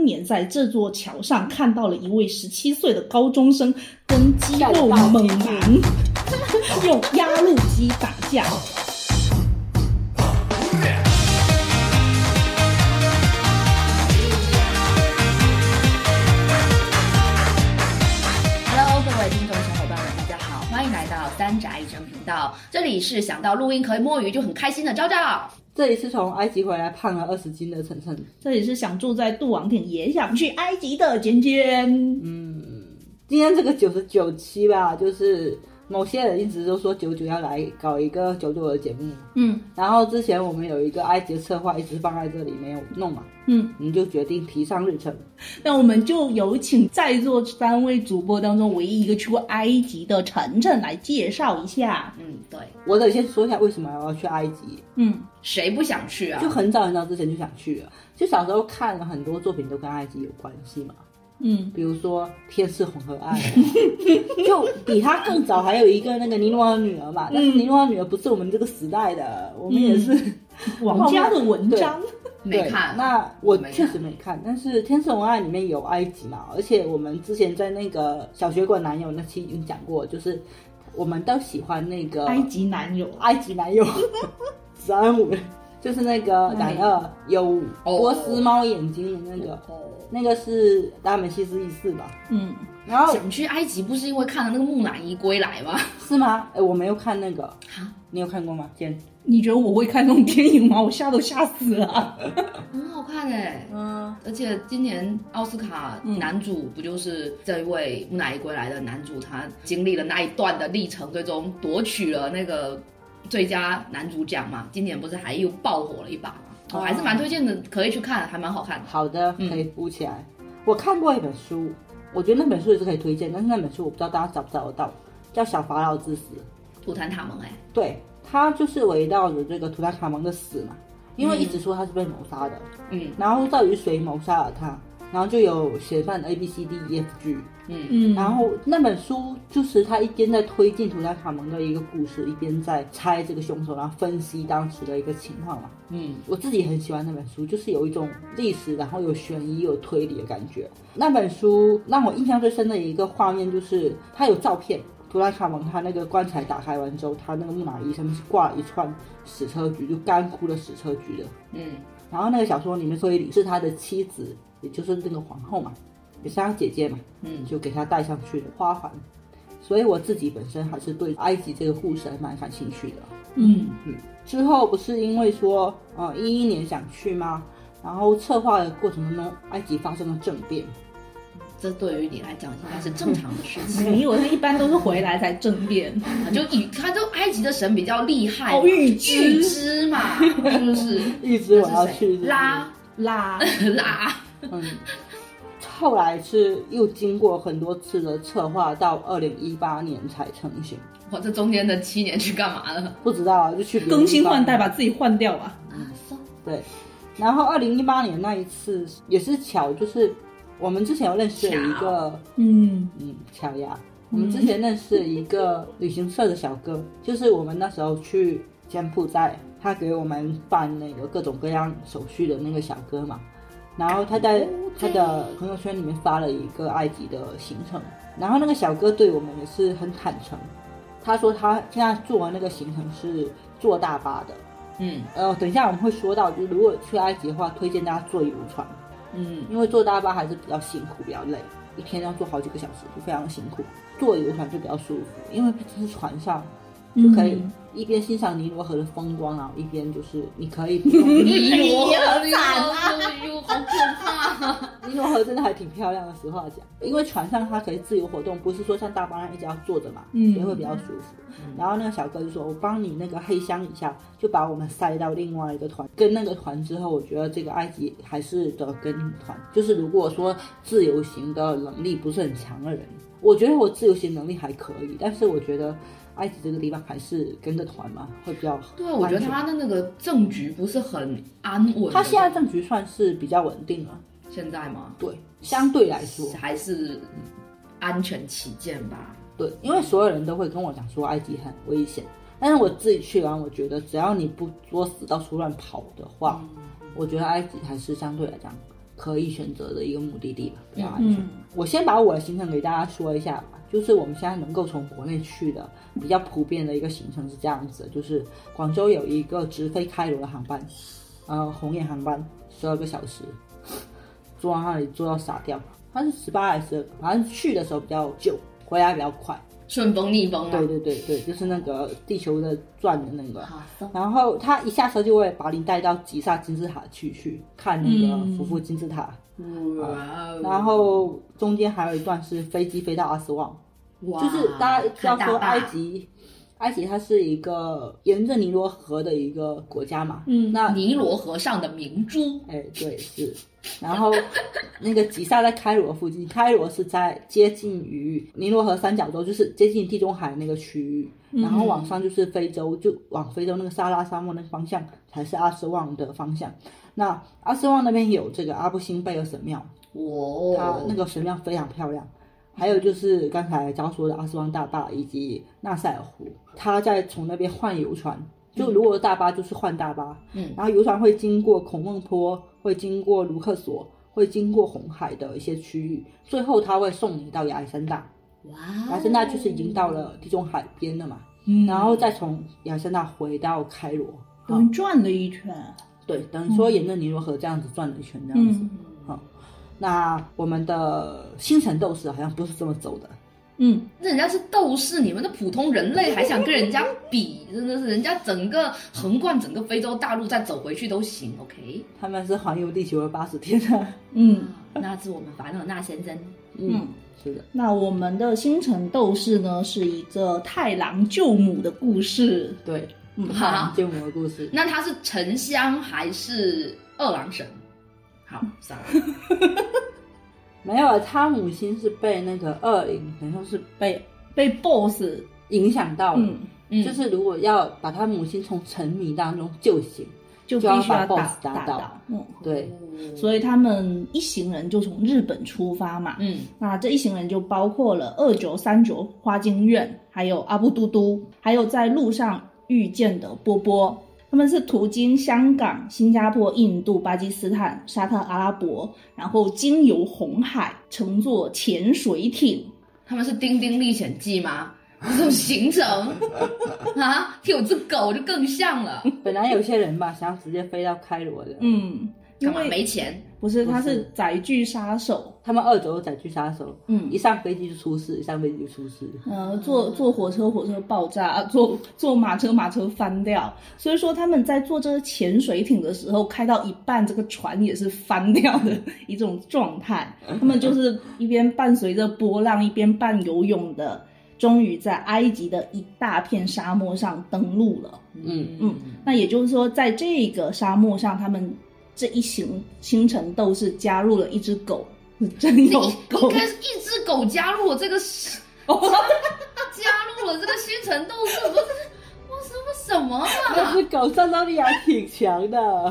年在这座桥上看到了一位17岁的高中生跟肌肉猛男用压路机打架。 欢迎来到三宅一生频道，这里是想到录音可以摸鱼就很开心的昭昭， 这里是从埃及回来胖了20斤的晨晨， 这里是想住在杜王町也想去埃及的尖尖。 今天这个99期吧，就是某些人一直都说99要来搞一个99的节目，然后之前我们有一个埃及的策划一直放在这里没有弄嘛，我们就决定提上日程。 那我们就有请在座3位主播当中唯一一个去过埃及的晨晨来介绍一下。 对， 我得先说一下为什么我要去埃及。 谁不想去啊？ 就很早之前就想去了，就小时候看了很多作品都跟埃及有关系嘛。比如说《天使红河岸》就比他更早还有一个那个尼罗河女儿嘛，但是尼罗河女儿不是我们这个时代的，我们也是王家的文章。 没看， 那我确实没看，但是《天使红河岸》里面有埃及嘛，而且我们之前在那个小学馆男友那期已经讲过，就是我们都喜欢那个埃及男友子安姆，就是那个男二有波斯猫眼睛的那个是达美西斯一世吧。然后想去埃及不是因为看了那个木乃伊归来吗？ 是吗？我没有看那个，你有看过吗？坚， 你觉得我会看那种电影吗？我吓死了。 很好看而且今年奥斯卡男主不就是这一位木乃伊归来的男主，他经历了那一段的历程，最终夺取了那个最佳男主奖嘛。今年不是还又爆火了一把吗？我还是蛮推荐的，可以去看，还蛮好看的。 好的，可以补起来。我看过一本书，我觉得那本书也是可以推荐，但是那本书我不知道大家找不找得到，叫《小法老之死》。 图坦卡蒙对，他就是围绕着这个图坦卡蒙的死嘛，因为一直说他是被谋杀的，然后到底谁谋杀了他，然后就有嫌犯 ABCDEFG，然后那本书就是他一边在推进图坦卡蒙的一个故事，一边在猜这个凶手，然后分析当时的一个情况嘛。我自己很喜欢那本书，就是有一种历史，然后有悬疑有推理的感觉。那本书让我印象最深的一个画面就是它有照片，图坦卡蒙他那个棺材打开完之后，他那个木乃伊上面是挂了一串矢车菊，就干枯的矢车菊的。然后那个小说里面推理是他的妻子，也就是那个皇后嘛，也是他姐姐嘛，就给他戴上去的花环。所以我自己本身还是对埃及这个故事还蛮感兴趣的。之后不是因为说11年想去吗？然后策划的过程当中，埃及发生了政变。 这对于你来讲应该是正常的事情。 没有，他一般都是回来才政变。 他就埃及的神比较厉害， 预知嘛，是不是？ 预知我要去拉。 后来是又经过很多次的策划，到2018年才成型。 哇，这中间的7年去干嘛了？ 不知道啊，就去更新换代，把自己换掉啊。 对。然后2018年那一次也是巧，就是我们之前有认识了一个巧呀，我们之前认识了一个旅行社的小哥，就是我们那时候去柬埔寨，他给我们办那个各种各样手续的那个小哥嘛。然后他在他的朋友圈里面发了一个埃及的行程，然后那个小哥对我们也是很坦诚，他说他现在做的那个行程是坐大巴的。等一下我们会说到，就是如果去埃及的话，推荐大家坐游船。因为坐大巴还是比较辛苦，比较累，一天要坐好几个小时，就非常辛苦。坐游船就比较舒服，因为是船上就可以一边欣赏尼罗河的风光，然后一边就是你可以尼罗河好可怕。 尼罗河真的还挺漂亮的，实话讲，因为船上它可以自由活动，不是说像大巴上一直要坐着嘛，所以会比较舒服。然后那个小哥就说，我帮你那个黑箱一下，就把我们塞到另外一个团，跟那个团之后，我觉得这个埃及还是得跟团。就是如果说自由行的能力不是很强的人，我觉得我自由行能力还可以，但是我觉得埃及这个地方还是跟个团嘛会比较好。 对啊，我觉得他的那个政局不是很安稳。 他现在政局算是比较稳定了。 现在吗？ 对，相对来说还是安全起见吧。 对，因为所有人都会跟我讲说埃及很危险，但是我自己去完，我觉得只要你不作死到处乱跑的话，我觉得埃及还是相对来讲可以选择的一个目的地吧，比较安全。我先把我的行程给大家说一下吧，就是我们现在能够从国内去的比较普遍的一个行程是这样子的，就是广州有一个直飞开罗的航班，红眼航班12个小时，坐到那里坐到傻掉。它是18还是12，反正去的时候比较久，回来比较快。 顺风逆风嘛。 对，就是那个地球的转的那个。然后他一下车就会把你带到吉萨金字塔去看那个夫妇金字塔。然后中间还有一段是飞机飞到阿斯旺。就是大家知道说埃及它是一个沿着尼罗河的一个国家嘛，那尼罗河上的明珠， 对是。然后那个吉萨在开罗附近，开罗是在接近于尼罗河三角洲，就是接近地中海那个区域，然后往上就是非洲，就往非洲那个撒拉沙漠那个方向才是阿斯旺的方向。那阿斯旺那边有这个阿布辛贝尔神庙，它那个神庙非常漂亮。还有就是刚才教说的阿斯旺大坝以及纳赛尔湖，他在从那边换游船，就如果大巴就是换大巴，然后游船会经过孔孟坡，会经过卢克索，会经过红海的一些区域，最后他会送你到亚历山大。亚历山大就是已经到了地中海边了嘛，然后再从亚历山大回到开罗， 等于转了一圈。 对，等于说沿着尼罗河这样子转了一圈这样子。那我们的星辰斗士好像不是这么走的。 人家是斗士，你们的普通人类还想跟人家比，真的是人家整个横贯整个非洲大陆再走回去都行 ，OK？ 他们是环游地球的80天啊。 那是我们凡尔纳先生。 是的。 那我们的星辰斗士呢，是一个太郎救母的故事。 对，太郎救母的故事。 那他是沉香还是二郎神？好，算了。 没有啊，他母亲是被那个恶灵，等于说是被 BOSS 影响到了。就是如果要把他母亲从沉迷当中救醒， 就必须要把 BOSS 打倒。对， 所以他们一行人就从日本出发嘛。那这一行人就包括了2939花京院，还有阿布都都，还有在路上遇见的波波。他们是途经香港、新加坡、印度、巴基斯坦、沙特阿拉伯，然后经由红海，乘坐潜水艇。 他们是《丁丁历险记》吗？这种行程啊，有只狗就更像了。 本来有些人吧，想要直接飞到开罗的， 因为没钱。 不是，他是载具杀手。 他们2轴载具杀手，一上飞机就出事， 坐火车爆炸，坐马车翻掉。所以说他们在坐这个潜水艇的时候，开到一半，这个船也是翻掉的一种状态。他们就是一边伴随着波浪，一边半游泳的，终于在埃及的一大片沙漠上登陆了。那也就是说，在这个沙漠上，他们这一行星辰斗士加入了一只狗，真有狗， 应该是一只狗加入了这个加入了这个星辰斗士，我说什么啊？ 那只狗战斗力还挺强的。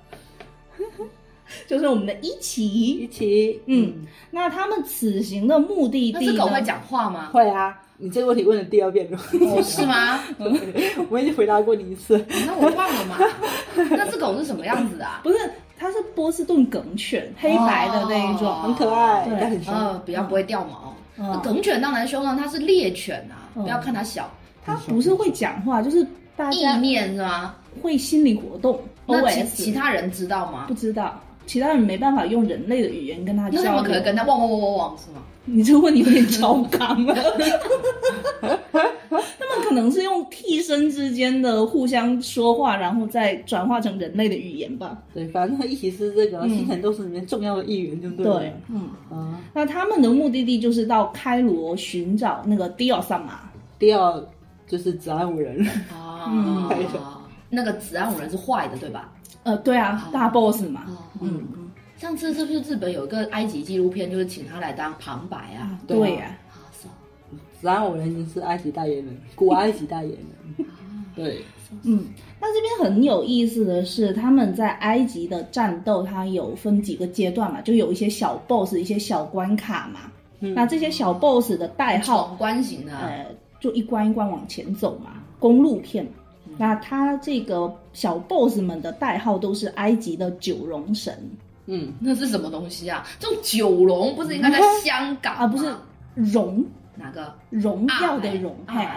就是我们的一起，那他们此行的目的地， 那只狗会讲话吗？ 会啊，你这个问题问了第2遍了。 是吗？ 我已经回答过你一次。 那我忘了嘛。那只狗是什么样子啊？ 不是，它是波士顿梗犬，黑白的那一种， 很可爱， 对， 很凶， 比较不会掉毛。梗犬当然凶了，它是猎犬啊，不要看它小。 它不是会讲话，就是大家意念是吗？ 会心理活动。 那其他人知道吗？ 不知道。其他人没办法用人类的语言跟他交流， 那他们可能跟他汪是吗？ 你这个问题有点超纲了。他们可能是用替身之间的互相说话，然后再转化成人类的语言吧。 对，反正一起是这个星辰斗士里面重要的一员，就对了。 对，那他们的目的地就是到开罗寻找那个迪奥萨玛。 迪奥就是子安五人那个子安五人是坏的，对吧？ 对啊，大 boss 嘛。 上次是不是日本有一个埃及纪录片，就是请他来当旁白啊？ 对呀。 子安五人已经是埃及代言人，古埃及代言人。对。 那这边很有意思的是，他们在埃及的战斗，它有分几个阶段嘛，就有一些小 boss， 一些小关卡嘛。那这些小 boss 的代号， 闯关型的， 就一关一关往前走嘛，公路片。那他这个小 boss 们的代号都是埃及的9龙神。 那是什么东西啊？这种九龙不是应该在香港啊？不是荣， 哪个荣耀的荣？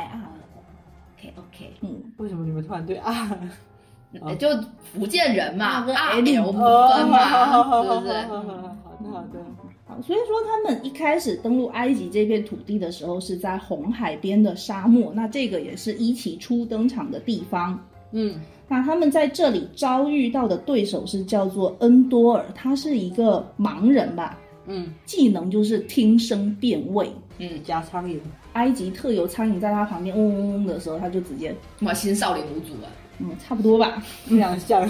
OK， 为什么你们突然对啊？ 就福建人嘛，L不分嘛，是不是？ 好的。 所以说他们一开始登陆埃及这片土地的时候是在红海边的沙漠，那这个也是伊奇初登场的地方。那他们在这里遭遇到的对手是叫做恩多尔，他是一个盲人吧，技能就是听声辨位， 加苍蝇， 埃及特有苍蝇在他旁边嗡嗡嗡的时候，他就直接哇，新少林五祖啊， 差不多吧， 非常像。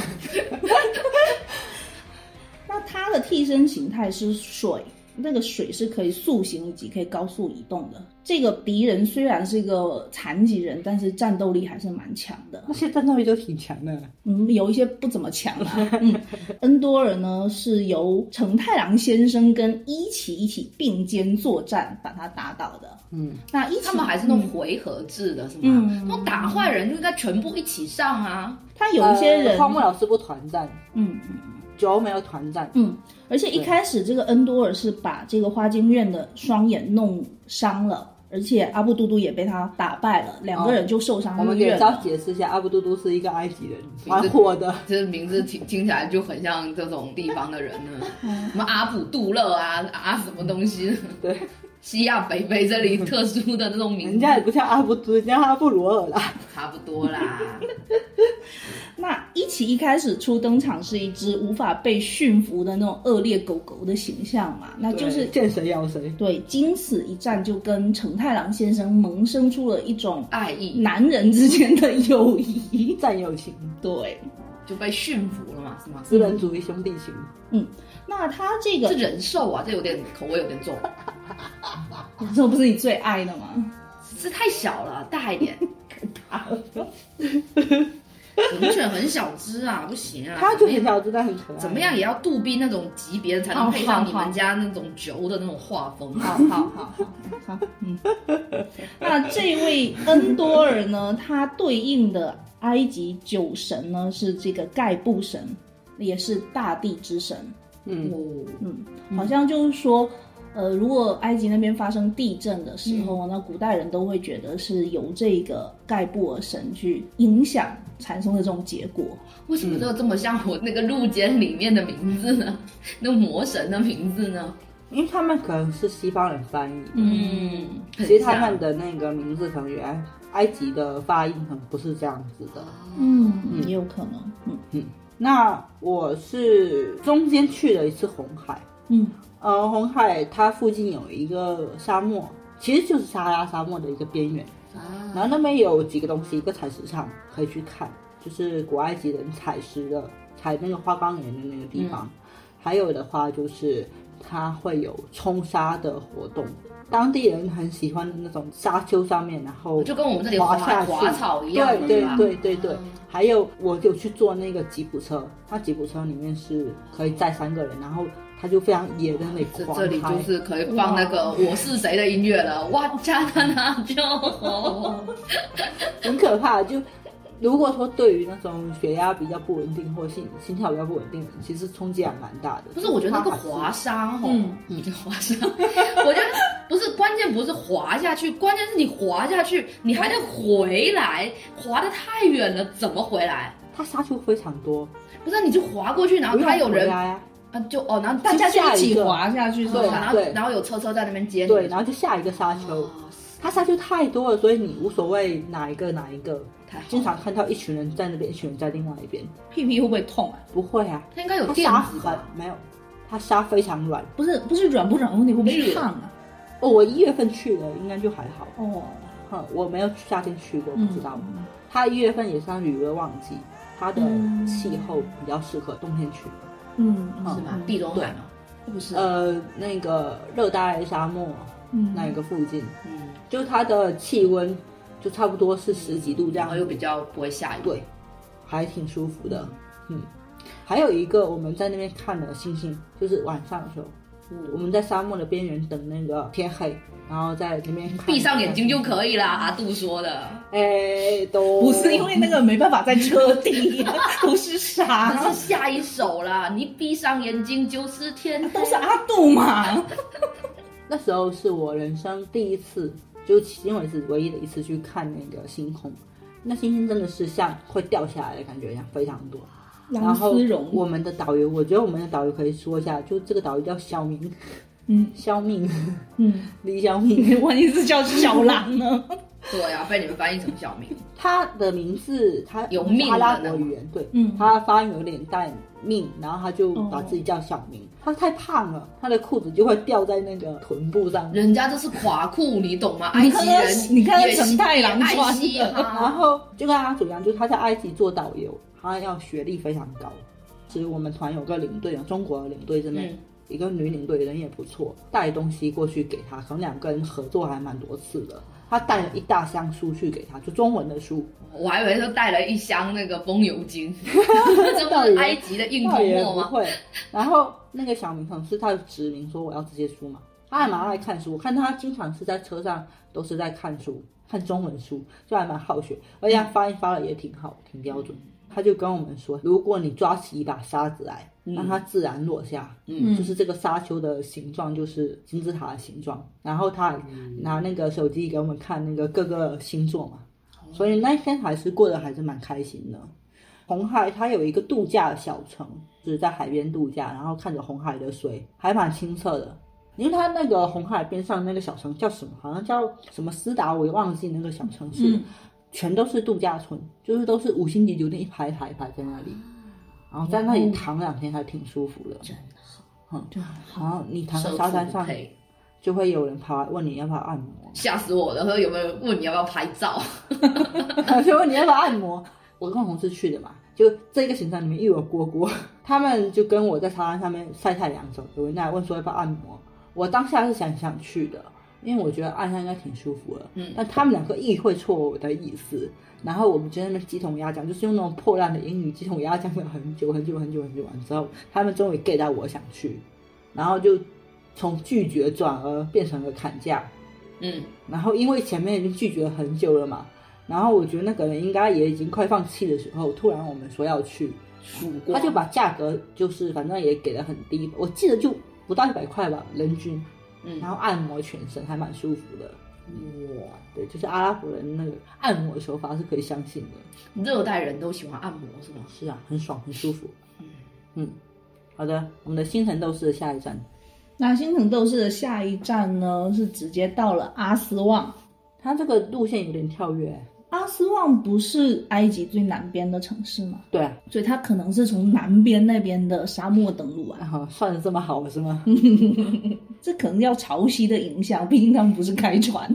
那它的替身形态是水，那个水是可以速行以及可以高速移动的。这个敌人虽然是一个残疾人，但是战斗力还是蛮强的。 那些战斗力都挺强的。 有一些不怎么强啦。恩多尔呢是由承太郎先生跟伊奇一起并肩作战，把他打倒的。那伊奇他们还是那种回合制的，是吗？那种打坏人就应该全部一起上啊。 他有一些人， 荒木老师不团战。九没有团战。 而且一开始这个恩多尔是把这个花京院的双眼弄伤了，而且阿布嘟嘟也被他打败了，两个人就受伤入院了。 我们给稍解释一下，阿布嘟嘟是一个埃及人，蛮火的。 这名字听起来就很像这种地方的人呢，什么阿卜杜勒啊，什么东西？ 对， 西亚北非这里特殊的那种名字。 人家也不叫阿布嘟，人家阿布罗尔啦， 差不多啦。 那伊奇一开始初登场是一只无法被驯服的那种恶劣狗狗的形象嘛，那就是见谁咬谁。 对，经此一战就跟承太郎先生萌生出了一种爱意， 男人之间的友谊、 战友情。 对，就被驯服了嘛，是吗？ 资本主义兄弟情。 那他这个是人兽啊，这有点口味有点重。 这不是你最爱的吗？ 是太小了，大一点。龙犬很小只啊，不行啊！ 它就很小只，但很可爱。 怎么样也要杜宾那种级别的才能配上你们家那种酒的那种画风。 好，那这位恩多尔呢？他对应的埃及酒神呢是这个盖布神，也是大地之神。好像就是说。如果埃及那边发生地震的时候，那古代人都会觉得是由这个盖布尔神去影响产生的这种结果。 为什么这么像我那个入间里面的名字呢？那魔神的名字呢？ 因为他们可能是西方人翻译，其实他们的那个名字可能原来埃及的发音可能不是这样子的， 也有可能。 那我是中间去了一次红海，红海它附近有一个沙漠，其实就是撒哈拉沙漠的一个边缘，然后那边有几个东西，一个采石场可以去看，就是古埃及人采石的，采那个花岗岩的那个地方，还有的话就是它会有冲沙的活动，当地人很喜欢那种沙丘上面，然后就跟我们这里滑草一样， 对。还有我就去坐那个吉普车，它吉普车里面是可以载3个人，然后它就非常野的那里狂这里就是可以放那个我是谁的音乐了，哇加那就很可怕。就如果说对于那种血压比较不稳定或心跳比较不稳定的人，其实冲击还蛮大的。 不是，我觉得那个滑沙滑沙，我觉得不是关键，不是滑下去，关键是你滑下去，你还得回来，滑得太远了，怎么回来？ 它沙丘非常多， 不是，你就滑过去，然后还有人然后大家就一起滑下去，是吧？然后有车在那边接你， 对，然后就下一个沙丘。它沙丘太多了，所以你无所谓哪一个，经常看到一群人在那边，一群人在另外一边。 屁屁会不会痛啊？ 不会啊， 它应该有垫子吧？ 没有，它沙非常软。 不是软不软问题，会不会烫啊？ 我1月份去的，应该就还好。我没有夏天去过，不知道。它1月份也算旅游旺季，它的气候比较适合冬天去。 是吗？地中海吗？不是。 那个热带沙漠，那一个附近，就它的气温就差不多是10几度这样， 然后又比较不会下雨， 对，还挺舒服的。还有一个我们在那边看的星星，就是晚上的时候， 我们在沙漠的边缘等那个天黑，然后在那边闭上眼睛就可以啦。阿杜说的， 都不是因为那个没办法在车底，都是沙。 这是下一首啦，你闭上眼睛就是天黑， 都是阿杜嘛。 那时候是我人生第一次，就迄今为止唯一的一次去看那个星空。那星星真的是像会掉下来的感觉一样，非常多。然后我们的导游，我觉得我们的导游可以说一下，就这个导游叫小明，小命，李小命， 万一是叫小狼呢？ 对啊，被你们翻译成小明。 他的名字他有命的阿拉伯语言，对，他发音有点带命，然后他就把自己叫小明。他太胖了，他的裤子就会掉在那个臀部上。 人家这是垮裤，你懂吗？埃及人， 你看成太郎穿的， 然后就跟阿祖一样，就是他在埃及做导游，他要学历非常高。其实我们团有个领队，中国的领队真的。一个女领队人也不错，带东西过去给他，可能2个人合作还蛮多次的。他带了一大箱书去给他，就中文的书。 我还以为说带了一箱那个风油精，这不是埃及的硬通货吗？ 不会。然后那个小明可能是他的指明说我要这些书嘛，他还蛮爱看书。我看他经常是在车上都是在看书，看中文书，就还蛮好学，而且他发音发的也挺好，挺标准。他就跟我们说，如果你抓起一把沙子来，让它自然落下，就是这个沙丘的形状就是金字塔的形状。然后他拿那个手机给我们看那个各个星座嘛，所以那一天还是过得还是蛮开心的。红海它有一个度假的小城，就是在海边度假，然后看着红海的水，还蛮清澈的。因为它那个红海边上那个小城叫什么，好像叫什么斯达，我也忘记那个小城市。全都是度假村，就是都是5星级酒店一排排在那里，然后在那里躺2天还挺舒服的， 真好， 然后你躺在沙滩上，就会有人跑来问你要不要按摩， 吓死我了！说有没有人问你要不要拍照？ 就问你要不要按摩。我跟我同事去的嘛，就这个行程里面又有蝈蝈，他们就跟我在沙滩上面晒太阳走，有人来问说要不要按摩，我当下是想去的。因为我觉得按上应该挺舒服的，但他们2个意会错我的意思，然后我们就在那边鸡同鸭讲，就是用那种破烂的英语鸡同鸭讲了很久完之后，他们终于 get 到我想去，然后就从拒绝转而变成了砍价，然后因为前面已经拒绝了很久了嘛，然后我觉得那个人应该也已经快放弃的时候，突然我们说要去，他就把价格就是反正也给得很低，我记得就不到100块吧人均。然后按摩全身还蛮舒服的，哇，对，就是阿拉伯人那个按摩手法是可以相信的。 热带人都喜欢按摩是吗？ 是啊，很爽，很舒服。好的，我们的星辰斗士的下一站。 那星辰斗士的下一站呢，是直接到了阿斯旺。 它这个路线有点跳跃。 阿斯旺不是埃及最南边的城市吗？ 对啊， 所以它可能是从南边那边的沙漠登陆啊。 算得这么好是吗？ 这可能要潮汐的影响，毕竟他们不是开船。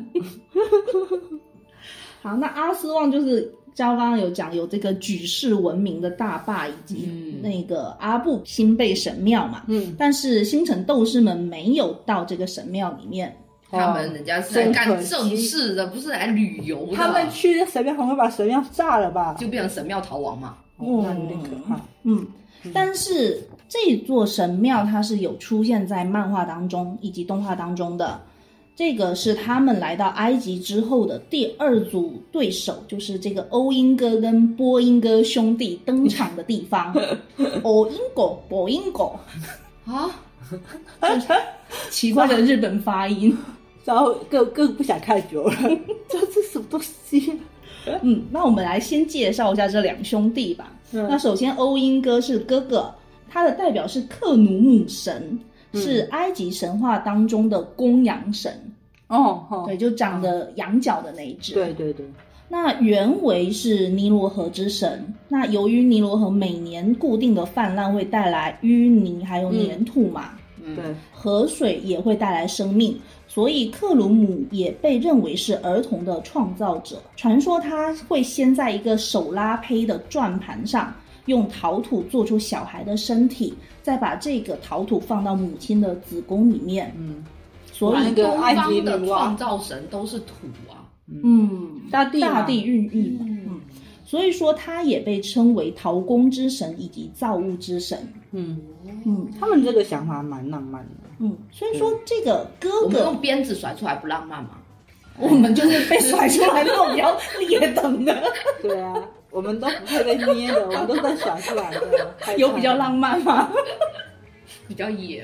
好，那阿斯旺就是刚刚有讲有这个举世闻名的大坝以及那个阿布辛贝神庙嘛。但是星辰斗士们没有到这个神庙里面。 他们人家是来干正事的，不是来旅游的。 他们去神庙，可能会把神庙炸了吧？ 就变成神庙逃亡嘛。 那有点可怕。 但是这座神庙它是有出现在漫画当中以及动画当中的。这个是他们来到埃及之后的第2组对手，就是这个欧英哥跟波英哥兄弟登场的地方。欧英哥，波英哥啊， 奇怪的日本发音。 然后更不想看久了，这什么东西？ 那我们来先介绍一下这2兄弟吧。那首先欧英哥是哥哥，他的代表是克努姆神，是埃及神话当中的公羊神。对，就长得羊角的那一只。 对。 那原为是尼罗河之神，那由于尼罗河每年固定的泛滥会带来淤泥还有粘土嘛， 对， 河水也会带来生命，所以克鲁姆也被认为是儿童的创造者。传说他会先在一个手拉胚的转盘上用陶土做出小孩的身体，再把这个陶土放到母亲的子宫里面。所以东方的创造神都是土啊， 大地孕育嘛。所以说他也被称为陶工之神以及造物之神。 他们这个想法蛮浪漫的。 所以说这个哥哥， 我们用鞭子甩出来不浪漫吗？ 我们就是被甩出来那种比较劣等的。 对啊，我们都不会被捏的，我们都被甩出来的。 有比较浪漫吗？ 比较野。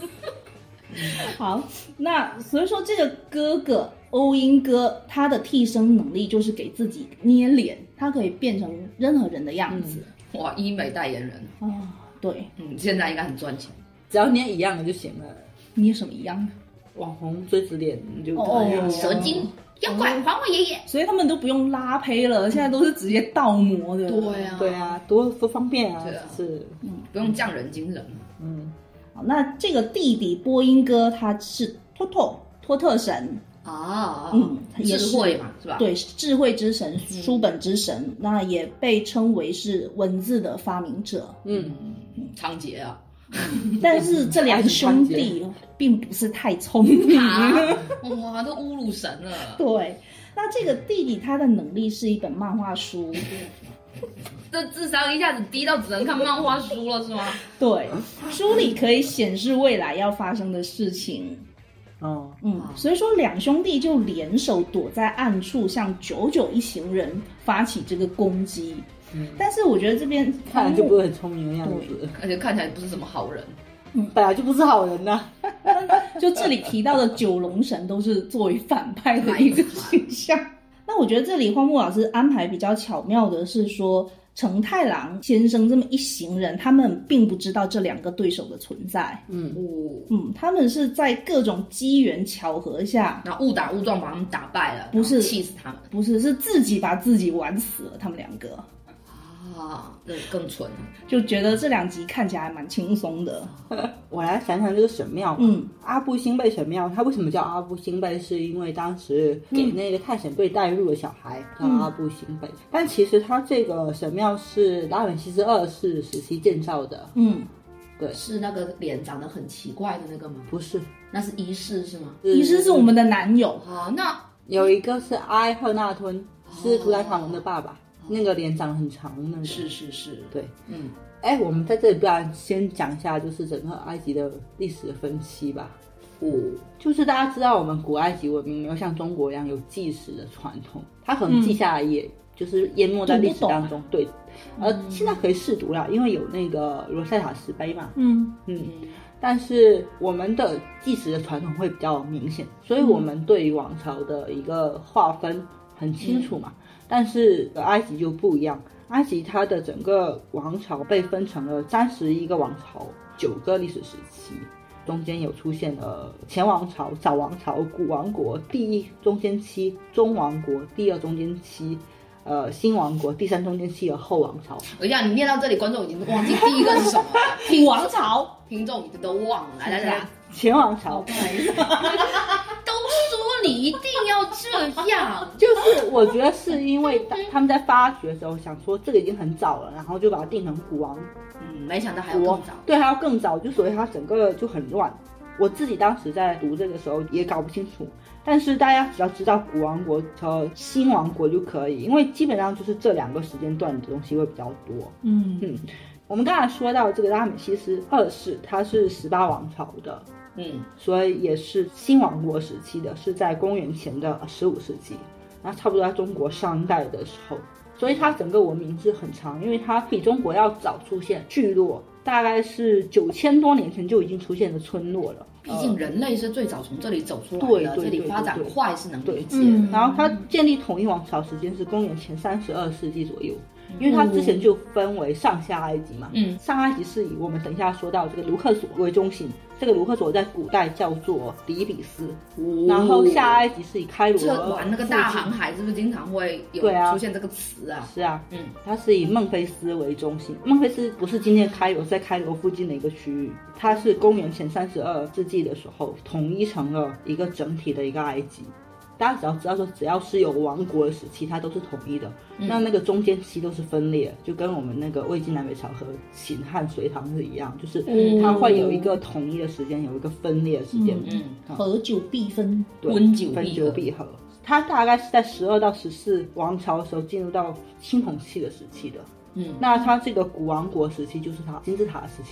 好，那所以说这个哥哥欧英哥，他的替身能力就是给自己捏脸，他可以变成任何人的样子。 哇，医美代言人哦，对， 现在应该很赚钱， 只要捏一样的就行了。 捏什么一样的？ 网红锥子脸就蛇精。妖怪还我爷爷， 所以他们都不用拉胚了，现在都是直接倒模的。 对啊，多方便啊，是不用匠人精神。 好，那这个弟弟波音哥他是托特神啊，智慧嘛，是吧？ 对，智慧之神，书本之神，那也被称为是文字的发明者。 仓颉啊。 但是这两兄弟并不是太聪明， 哇，都侮辱神了。 对，那这个弟弟他的能力是一本漫画书， 这智商一下子低到只能看漫画书了，是吗？ 对，书里可以显示未来要发生的事情。所以说两兄弟就联手躲在暗处，向99一行人发起这个攻击。但是我觉得这边看来就不是很聪明的样子， 而且看起来不是什么好人。 本来就不是好人呐。 就这里提到的九龙神都是作为反派的一个形象。那我觉得这里荒木老师安排比较巧妙的是说，承太郎先生这么一行人，他们并不知道这两个对手的存在。他们是在各种机缘巧合下， 然后误打误撞把他们打败了， 不是气死他们， 不是，是自己把自己玩死了，他们两个。 那更蠢， 就觉得这两集看起来还蛮轻松的。 我来想想这个神庙，阿部新贝神庙，它为什么叫阿部新贝？是因为当时给那个太显队带入的小孩叫阿部新贝，但其实它这个神庙是拉美西斯2世时期建造的。对， 是那个脸长得很奇怪的那个吗？ 不是， 那是医师是吗？ 医师是我们的男友。 那有一个是埃赫纳吞，是图坦卡蒙的爸爸。那个脸长得很长，那个是， 对，我们在这里不然先讲一下，就是整个埃及的历史的分期吧。就是大家知道我们古埃及文明没有像中国一样有计时的传统，它可能记下来也就是淹没在历史当中。对，现在可以试读了，因为有那个罗塞塔石碑嘛。但是我们的计时的传统会比较明显，所以我们对于王朝的一个划分很清楚嘛。但是埃及就不一样，埃及它的整个王朝被分成了31个王朝，9个历史时期，中间有出现了前王朝、早王朝、古王国、第一中间期、中王国、第二中间期、新王国、第三中间期和后王朝。 我讲你念到这里，观众已经忘记第一个是什么了。 古王朝， 听众已经都忘了。来， 前王朝。 不好意思。 都说你一定要这样， 就是我觉得是因为他们在发掘的时候想说这个已经很早了，然后就把它定成古王。 没想到还要更早。 对，还要更早，就所以它整个就很乱。我自己当时在读这个时候也搞不清楚，但是大家只要知道古王国和新王国就可以，因为基本上就是这2个时间段的东西会比较多。我们刚才说到这个拉美西斯2世，他是18王朝的。所以也是新王国时期的，是在公元前的15世纪，然后差不多在中国商代的时候，所以它整个文明是很长，因为它比中国要早出现聚落，大概是9000多年前就已经出现的村落了。 毕竟人类是最早从这里走出来的，这里发展快是能理解的。 然后它建立统一王朝时间是公元前32世纪左右。因为它之前就分为上下埃及嘛，上埃及是以我们等一下说到这个卢克索为中心，这个卢克索在古代叫做底比斯，然后下埃及是以开罗。 玩那个大航海是不是经常会有出现这个词啊？ 是啊，它是以孟菲斯为中心，孟菲斯不是今天开罗，在开罗附近的一个区域，它是公元前32世纪的时候统一成了一个整体的一个埃及。大家只要知道说，只要是有王国的时期，它都是统一的。那个中间期都是分裂，就跟我们那个魏晋南北朝和秦汉隋唐是一样，就是它会有一个统一的时间，有一个分裂的时间。 合久必分， 温久必合。它大概是在12到14王朝的时候进入到青铜器的时期的。那它这个古王国时期就是它金字塔时期。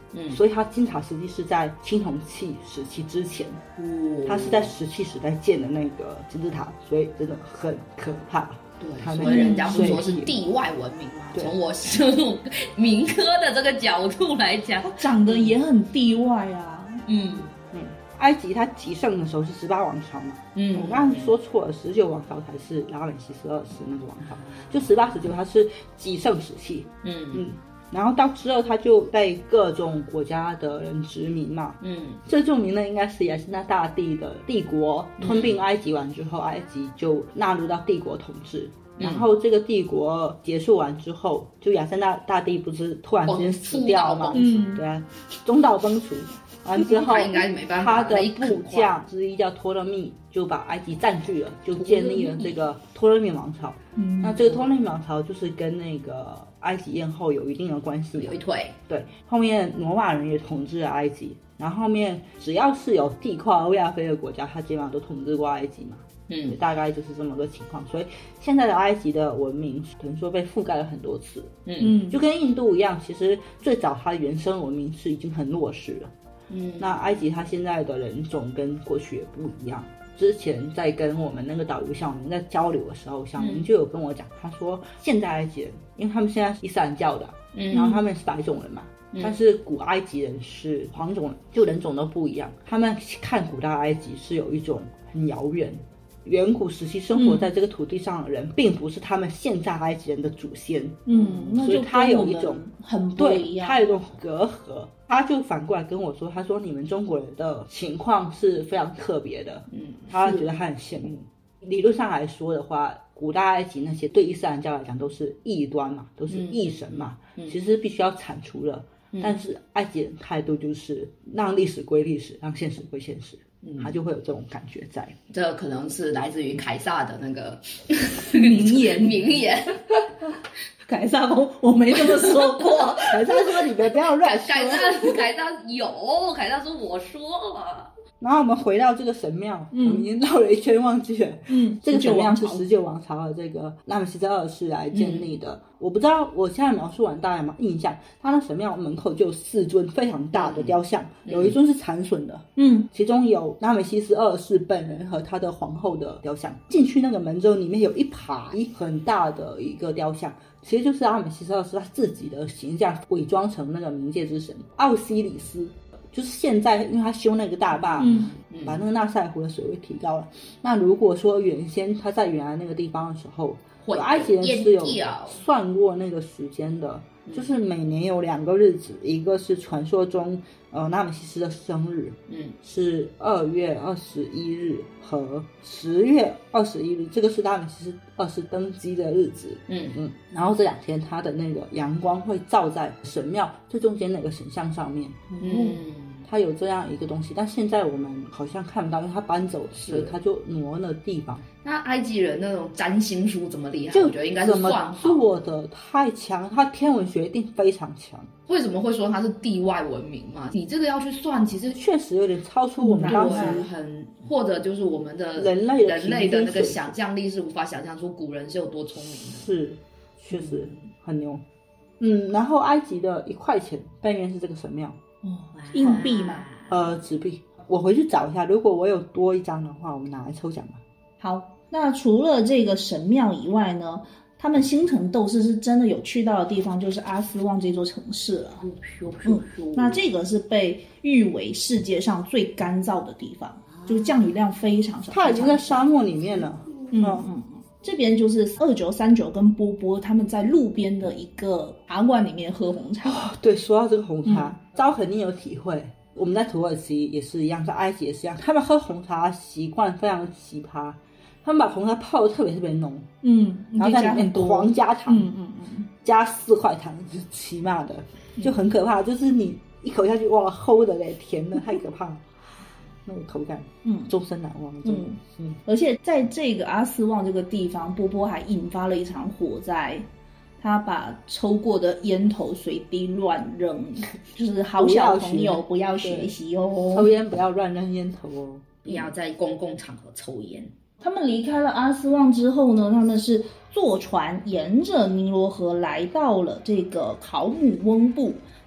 所以它金字塔实际是在青铜器时期之前，它是在石器时代建的那个金字塔，所以真的很可怕。 对，所以人家不说是地外文明嘛？从我民科的这个角度来讲， 它长得也很地外啊。 埃及它极盛的时候是18王朝嘛，我刚刚说错了，19王朝才是拉美西斯2世那个王朝，就18、19它是极盛时期，然后到之后他就被各种国家的人殖民嘛，最著名的应该是亚历山大帝的帝国吞并埃及完之后，埃及就纳入到帝国统治。然后这个帝国结束完之后，就亚历山大帝不是突然之间死掉嘛？对啊，中道崩殂。完之后，他的部将之一叫托勒密，就把埃及占据了，就建立了这个托勒密王朝。那这个托勒密王朝就是跟那个埃及艳后有一定的关系， 有一腿。 对，后面罗马人也统治了埃及，然后后面只要是有地跨欧亚非的国家，他基本上都统治过埃及嘛。大概就是这么个情况，所以现在的埃及的文明等于说被覆盖了很多次，就跟印度一样，其实最早它的原生文明是已经很落实了。那埃及它现在的人种跟过去也不一样。之前在跟我们那个导游小明在交流的时候，小明就有跟我讲，他说现在埃及人，因为他们现在是伊斯兰教的，然后他们是白种人嘛，但是古埃及人是黄种人，就人种都不一样。他们看古代埃及是有一种很遥远。远古时期生活在这个土地上的人，并不是他们现在埃及人的祖先，所以他有一种很不一样， 他有一种隔阂。他就反过来跟我说，他说你们中国人的情况是非常特别的，他觉得他很羡慕。理论上来说的话，古代埃及那些对伊斯兰教来讲都是异端嘛，都是异神嘛，其实必须要铲除了。但是埃及人态度就是让历史归历史，让现实归现实。他就会有这种感觉在。 这可能是来自于凯撒的那个名言。 凯撒说我没这么说过，凯撒说你们不要乱说。 凯撒有，凯撒说我说了。 然后我们回到这个神庙，我们已经绕了一圈忘记了。这个神庙是19王朝的这个拉美西斯2世来建立的。我不知道我现在描述完大家有没有印象，他的神庙门口就有4尊非常大的雕像，有一尊是残损的，其中有拉美西斯2世本人和他的皇后的雕像。进去那个门之后，里面有一排很大的一个雕像，其实就是拉美西斯2世他自己的形象伪装成那个冥界之神奥西里斯。就是现在因为他修那个大坝，把那个纳赛湖的水位提高了。那如果说原先他在原来那个地方的时候，埃及人是有算过那个时间的，就是每年有2个日子，一个是传说中纳美西斯的生日，是2月21日和10月21日，这个是纳美西斯2世登基的日子。然后这2天他的那个阳光会照在神庙最中间那个神像上面。它有这样一个东西，但现在我们好像看不到，因为它搬走了，所以它就挪了地方。 那埃及人那种占星术怎么厉害？我觉得应该是算好做的太强，他天文学一定非常强。 为什么会说它是地外文明嘛？你这个要去算，其实确实有点超出我们当时或者就是我们的人类的那个想象力是无法想象出古人是有多聪明的。 是，确实很牛。然后埃及的1块钱背面是这个神庙。 硬币嘛？ 纸币。我回去找一下，如果我有多一张的话，我们拿来抽奖吧。 好，那除了这个神庙以外呢，他们星辰斗士是真的有去到的地方，就是阿斯旺这座城市了。那这个是被誉为世界上最干燥的地方，就是降雨量非常少。 它已经在沙漠里面了。 这边就是2939跟波波他们在路边的一个茶馆里面喝红茶。 对，说到这个红茶，昭肯定有体会。我们在土耳其也是一样，在埃及也是一样，他们喝红茶习惯非常奇葩，他们把红茶泡得特别浓，然后在里面狂加糖，加4块糖是起码的，就很可怕，就是你一口下去，哇，齁的嘞，甜的太可怕了。那种口感，终身难忘，真的。 而且在这个阿斯旺这个地方，波波还引发了一场火灾，他把抽过的烟头随地乱扔，就是好小朋友不要学习哦， 抽烟不要乱扔烟头哦， 不要在公共场合抽烟。 他们离开了阿斯旺之后呢，他们是坐船沿着尼罗河来到了这个考姆翁布。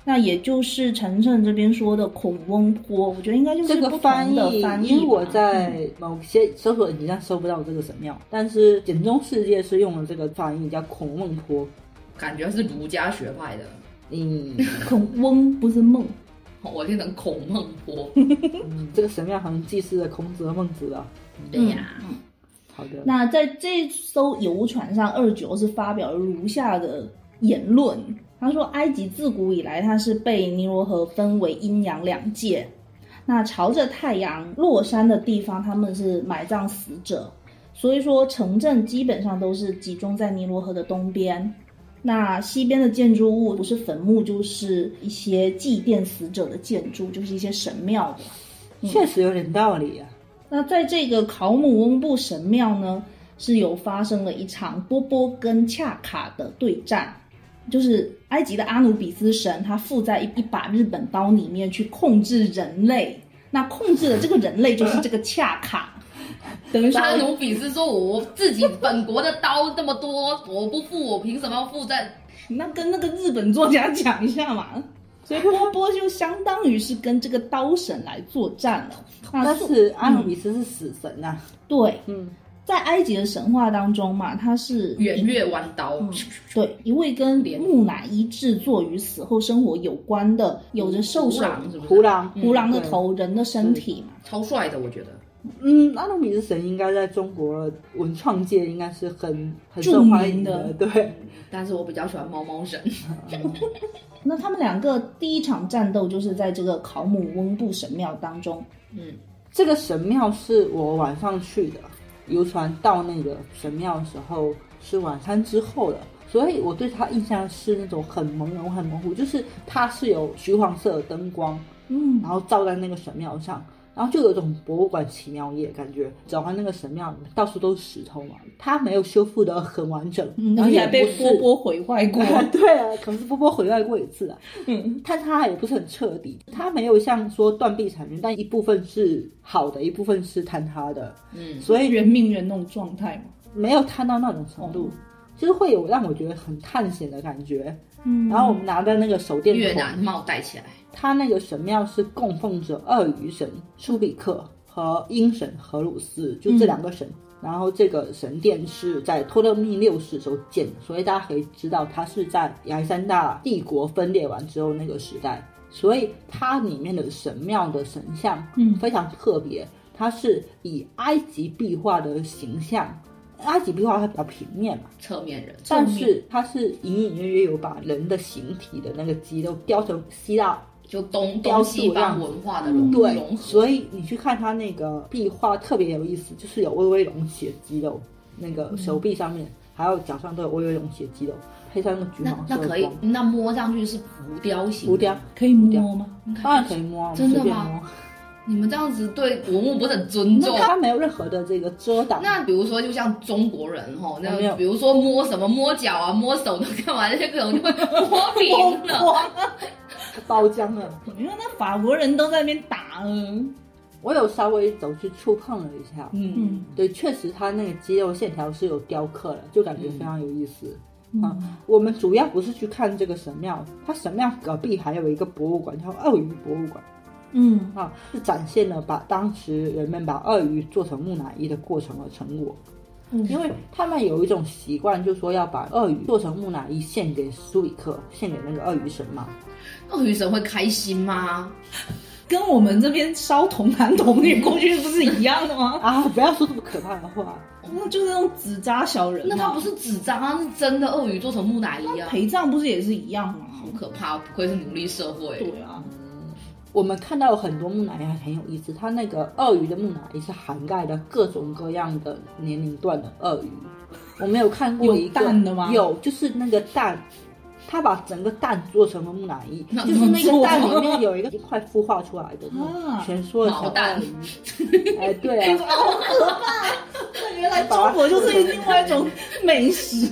那也就是晨晨这边说的孔翁坡，我觉得应该就是不同的翻译， 因为我在某些搜索引擎上搜不到这个神庙，但是简中世界是用了这个翻译叫孔孟坡， 感觉是儒家学派的。 孔翁不是孟， 我听成孔孟坡。 这个神庙可能祭祀了孔子和孟子了。 对呀。 好的。 那在这艘游船上，29是发表了如下的言论。他说，埃及自古以来，它是被尼罗河分为阴阳两界。那朝着太阳落山的地方，他们是埋葬死者，所以说城镇基本上都是集中在尼罗河的东边。那西边的建筑物不是坟墓，就是一些祭奠死者的建筑，就是一些神庙的。 确实有点道理啊。 那在这个考姆翁布神庙呢，是有发生了一场波波跟恰卡的对战。就是埃及的阿努比斯神，他附在一把日本刀里面去控制人类，那控制的这个人类就是这个恰卡。等于说阿努比斯说，我自己本国的刀这么多，我不付，我凭什么要付在？ 那跟那个日本作家讲一下嘛。所以波波就相当于是跟这个刀神来作战了。 但是阿努比斯是死神啊。 对，在埃及的神话当中嘛，他是圆月弯刀， 对，一位跟木乃伊制作与死后生活有关的，有着兽首胡狼的头，人的身体嘛， 超帅的，我觉得。 阿努比斯神应该在中国文创界应该是很受欢迎的，对。 但是我比较喜欢猫猫神。 那他们两个第一场战斗就是在这个考姆翁布神庙当中。 这个神庙是我晚上去的。游船到那个神庙的时候是晚餐之后的，所以我对它印象是那种很朦胧很模糊，就是它是有橘黄色的灯光，然后照在那个神庙上，然后就有一种博物馆奇妙夜感觉。走完那个神庙到处都是石头嘛，它没有修复得很完整， 而且还被波波毁坏过。 对啊，可是波波毁坏过一次啊。但它也不是很彻底，它没有像说断壁残垣，但一部分是好的，一部分是坍塌的。所以人命人那种状态嘛， 没有塌到那种程度，就是会有让我觉得很探险的感觉。然后我们拿着那个手电筒， 越南帽戴起来。 它那个神庙是供奉着鳄鱼神苏比克和鹰神荷鲁斯，就这两个神。然后这个神殿是在托勒密六世时候建的，所以大家可以知道它是在亚历山大帝国分裂完之后那个时代。所以它里面的神庙的神像非常特别，它是以埃及壁画的形象，埃及壁画它比较平面嘛， 侧面人， 但是它是隐隐约约有把人的形体的那个肌肉雕成希腊， 就东西方文化的融对， 合。 所以你去看它那个壁画特别有意思，就是有微微隆起的肌肉，那个手臂上面还有脚上都有微微隆起的肌肉，配上那个橘黄色的光。 那可以，那摸上去是浮雕型， 浮雕可以摸吗？ 当然可以摸啊， 真的吗？你们这样子对文物不是很尊重？ 它没有任何的这个遮挡。 那比如说，就像中国人那比如说摸什么摸脚啊、摸手的干嘛，这些可能就会摸平了， 包浆了。 你看那法国人都在那边打了。 我有稍微走去触碰了一下，对，确实它那个肌肉线条是有雕刻的，就感觉非常有意思。我们主要不是去看这个神庙，它神庙隔壁还有一个博物馆叫鳄鱼博物馆。是展现了当时人们把鳄鱼做成木乃伊的过程和成果。因为他们有一种习惯，就是说要把鳄鱼做成木乃伊献给苏比克，献给那个鳄鱼神嘛。 鳄鱼神会开心吗？ 跟我们这边烧童男童女过去不是一样的吗？ 不要说这么可怕的话。 那就是那种纸扎小人。 那他不是纸扎，他是真的鳄鱼做成木乃伊啊。 陪葬不是也是一样吗？ 好可怕，不愧是奴隶社会。 对啊。 我们看到很多木乃伊还很有意思，它那个鳄鱼的木乃伊是涵盖了各种各样的年龄段的鳄鱼。我没有看过一个有蛋的吗？ 有，就是那个蛋，他把整个蛋做成了木乃伊，就是那个蛋里面有一个快孵化出来的蜷缩的小鳄鱼。哎，对啊， 好可怕！原来中国就是另外一种美食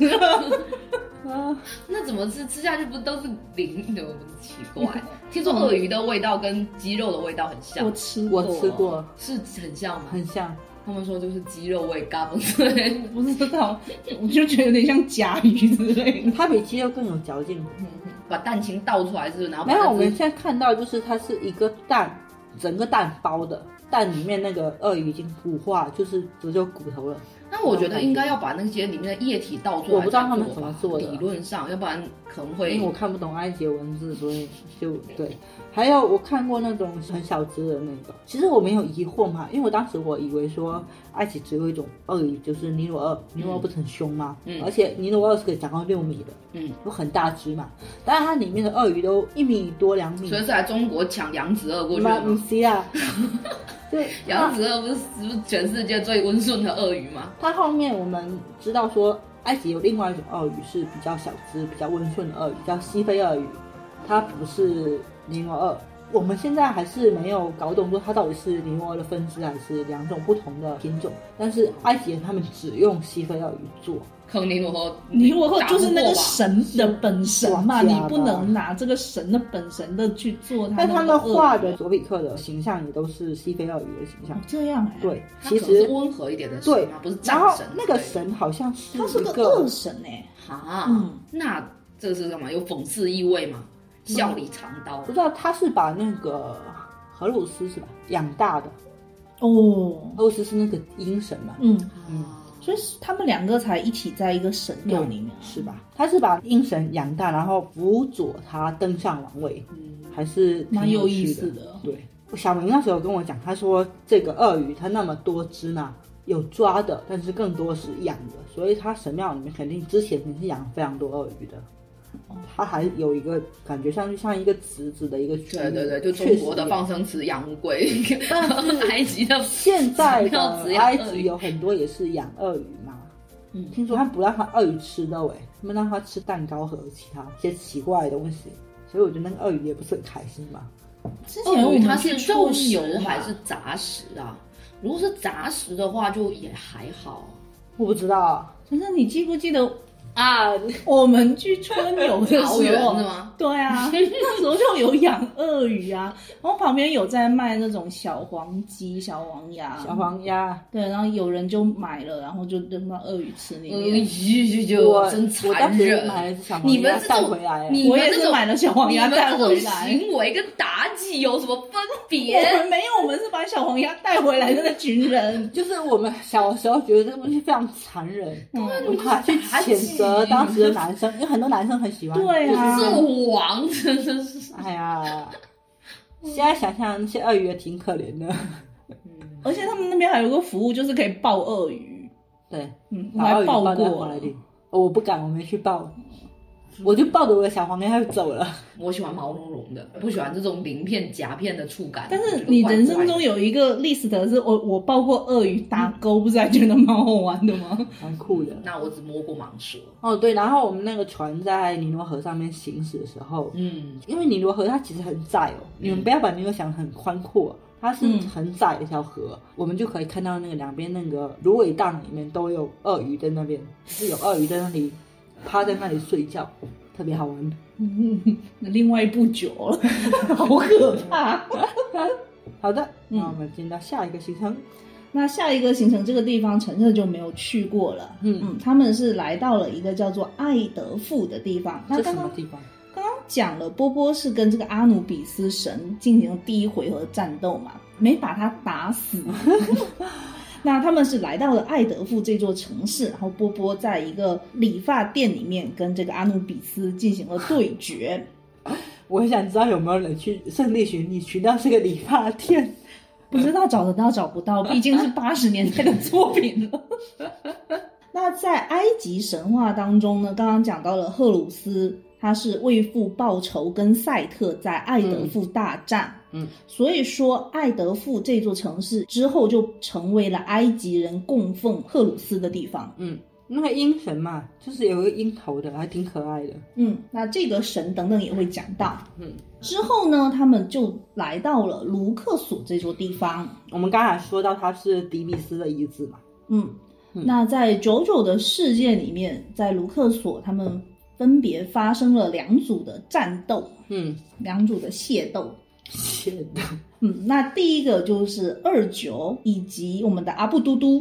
那怎么吃下去不都是零的？奇怪。听说鳄鱼的味道跟鸡肉的味道很像。 我吃过， 是很像吗？ 很像。 他们说就是鸡肉味嘎嘣脆， 不知道，我就觉得有点像甲鱼之类的。 它比鸡肉更有嚼劲。 把蛋清倒出来是不是？然后没有，我们现在看到就是它是一个蛋，整个蛋包的，蛋里面那个鳄鱼已经腐化，就是只有骨头了。 那我觉得应该要把那些里面的液体倒出来， 我不知道他们怎么做的， 理论上，要不然可能会。 因为我看不懂埃及文字，所以就对。还有我看过那种很小只的那个，其实我没有疑惑嘛，因为我当时我以为说埃及只有一种鳄鱼，就是尼罗鳄，尼罗鳄不是很凶吗？而且尼罗鳄是可以长到6米的，有很大只嘛。但是它里面的鳄鱼都1米多2米， 所以是来中国抢扬子鳄过去的吗？ 不是啊。对， 扬子鳄不是全世界最温顺的鳄鱼吗？ 它后面我们知道说，埃及有另外一种鳄鱼是比较小只、比较温顺的鳄鱼，叫西非鳄鱼，它不是尼罗鳄。我们现在还是没有搞懂说它到底是尼罗鳄的分支还是2种不同的品种，但是埃及人他们只用西非鳄鱼做。 可能尼罗鳄就是那个神的本神嘛，你不能拿这个神的本神的去做它。 但他们画的佐比克的形象也都是西非鳄鱼的形象。 这样对， 其实是温和一点的神嘛，不是战神。 然后那个神好像是他是个恶神那这是干嘛？有讽刺意味吗？笑里藏刀。 不知道他是把那个荷鲁斯是吧养大的哦， 荷鲁斯是那个阴神嘛， 所以他们2个才一起在一个神庙里面， 是吧？他是把阴神养大，然后辅佐他登上王位，还是蛮有意思的。 对，小明那时候跟我讲，他说这个鳄鱼它那么多只呢，有抓的，但是更多是养的，所以他神庙里面肯定之前是养非常多鳄鱼的。它还有一个感觉像一个池子的一个区域， 对，就中国的放生池养乌龟，埃及的现在的埃及有很多也是养鳄鱼嘛。听说他们不让它鳄鱼吃肉，他们让它吃蛋糕和其他一些奇怪的东西，所以我觉得那个鳄鱼也不是很开心嘛。 之前鳄鱼它是肉食还是杂食啊？如果是杂食的话，就也还好。 我不知道， 可是你记不记得？我们去春游的时候是吗？ 对啊，那时候就有养鳄鱼啊，然后旁边有在卖那种小黄鸡、小黄鸭，对，然后有人就买了，然后就扔到鳄鱼池里面。 真残忍！ 你们带回来， 我也是买了小黄鸭带回来。 行为跟妲己有什么分别？ 我们没有，我们是把小黄鸭带回来的那群人。 就是我们小时候觉得这个东西非常残忍，我们还去谴责当时的男生，因为很多男生很喜欢。 对啊， 纣王真的是。 哎呀，现在想想那些鳄鱼也挺可怜的。 而且他们那边还有个服务，就是可以抱鳄鱼。 对， 我还抱过。 我不敢，我没去抱。我就抱着我的小黄鸭就走了。 我喜欢毛茸茸的，不喜欢这种鳞片夹片的触感。 但是你人生中有一个 list 是我抱过鳄鱼打钩，不是还觉得蛮好玩的吗？ 蛮酷的。 那我只摸过蟒蛇。 对，然后我们那个船在尼罗河上面行驶的时候，因为尼罗河它其实很窄你们不要把尼罗想得很宽阔。它是很窄的一条河，我们就可以看到那个两边那个芦苇荡里面都有鳄鱼在那边，是有鳄鱼在那里趴在那里睡觉，特别好玩。 那另外一部酒了，好可怕。 好的，那我们进到下一个行程。 那下一个行程这个地方陈澈就没有去过了。他们是来到了一个叫做艾德富的地方。 这什么地方？ 刚刚讲了，波波是跟这个阿努比斯神进行了第一回合战斗嘛，没把他打死。那他们是来到了艾德富这座城市，然后波波在一个理发店里面跟这个阿努比斯进行了对决。 我想知道有没有人去圣地巡礼巡到这个理发店， 不知道找得到找不到，毕竟是80年代的作品了。那在埃及神话当中呢，刚刚讲到了赫鲁斯，他是为父报仇，跟赛特在艾德富大战。所以说艾德富这座城市之后就成为了埃及人供奉赫鲁斯的地方。 那个鹰神嘛，就是有一个鹰头的，还挺可爱的。 那这个神等等也会讲到。之后呢，他们就来到了卢克索这座地方。 我们刚才说到他是迪比斯的遗子嘛。 那在九九的世界里面，在卢克索他们分别发生了2组的战斗，2组的械斗。那第一个就是29以及我们的阿布嘟嘟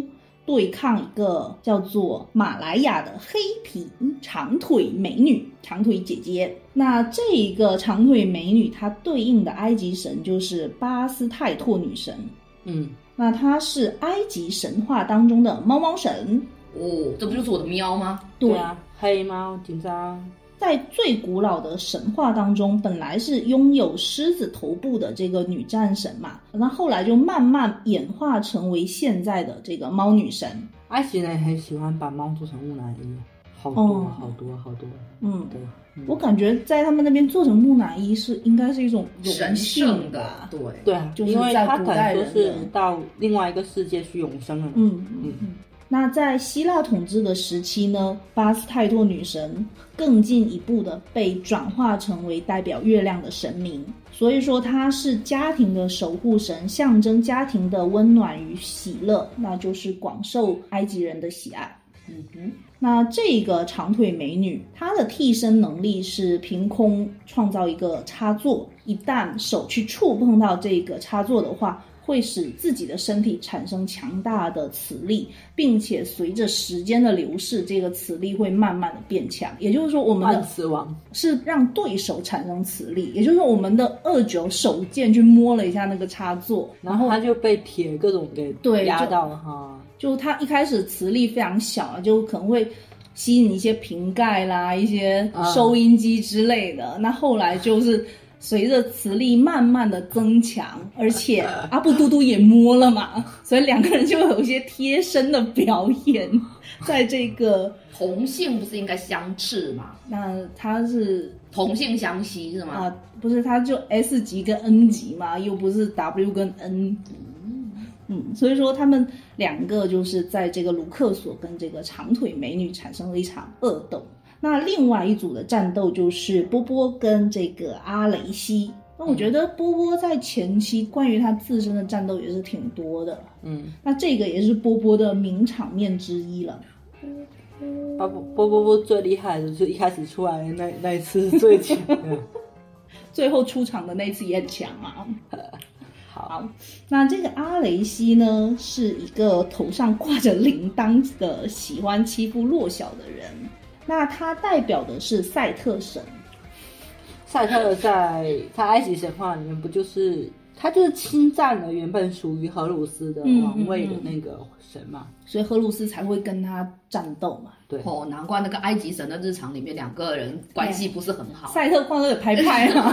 对抗一个叫做马来亚的黑皮长腿美女，长腿姐姐。那这一个长腿美女她对应的埃及神就是巴斯泰托女神。那她是埃及神话当中的猫猫神。 这不就是我的喵吗？ 对啊，黑猫紧张。 在最古老的神话当中，本来是拥有狮子头部的这个女战神嘛，那后来就慢慢演化成为现在的这个猫女神。 埃及人很喜欢把猫做成木乃伊，好多。对， 我感觉在他们那边做成木乃伊应该是一种神圣的， 对啊， 就是因为在古代人是到另外一个世界去永生了。 那在希腊统治的时期呢，巴斯泰托女神更进一步的被转化成为代表月亮的神明，所以说她是家庭的守护神，象征家庭的温暖与喜乐，那就是广受埃及人的喜爱。那这个长腿美女，她的替身能力是凭空创造一个插座，一旦手去触碰到这个插座的话，会使自己的身体产生强大的磁力，并且随着时间的流逝，这个磁力会慢慢的变强。也就是说，我们的死亡是让对手产生磁力，也就是说，我们的2-9手剑去摸了一下那个插座， 然后它就被铁各种给压到了哈。 就它一开始磁力非常小，就可能会吸引一些瓶盖啦、一些收音机之类的。那后来就是随着磁力慢慢的增强，而且阿布嘟嘟也摸了嘛，所以两个人就有一些贴身的表演。在这个同性不是应该相斥吗？ 那他是同性相吸是吗？ 不是，他就 S 级跟 N 级嘛，又不是 W 跟 N。所以说他们两个就是在这个卢克索跟这个长腿美女产生了一场恶斗。那另外一组的战斗就是波波跟这个阿雷西。那我觉得波波在前期关于他自身的战斗也是挺多的。那这个也是波波的名场面之一了。 波波最厉害的就是一开始出来的那一次是最强的。 最后出场的那一次也很强啊。好，那这个阿雷西呢，是一个头上挂着铃铛的喜欢欺负弱小的人。那他代表的是赛特神。 赛特在埃及神话里面不就是他就是侵占了原本属于荷鲁斯的王位的那个神嘛， 所以荷鲁斯才会跟他战斗嘛。 对， 难怪那个埃及神的日常里面两个人关系不是很好。 赛特欢乐拍拍啊。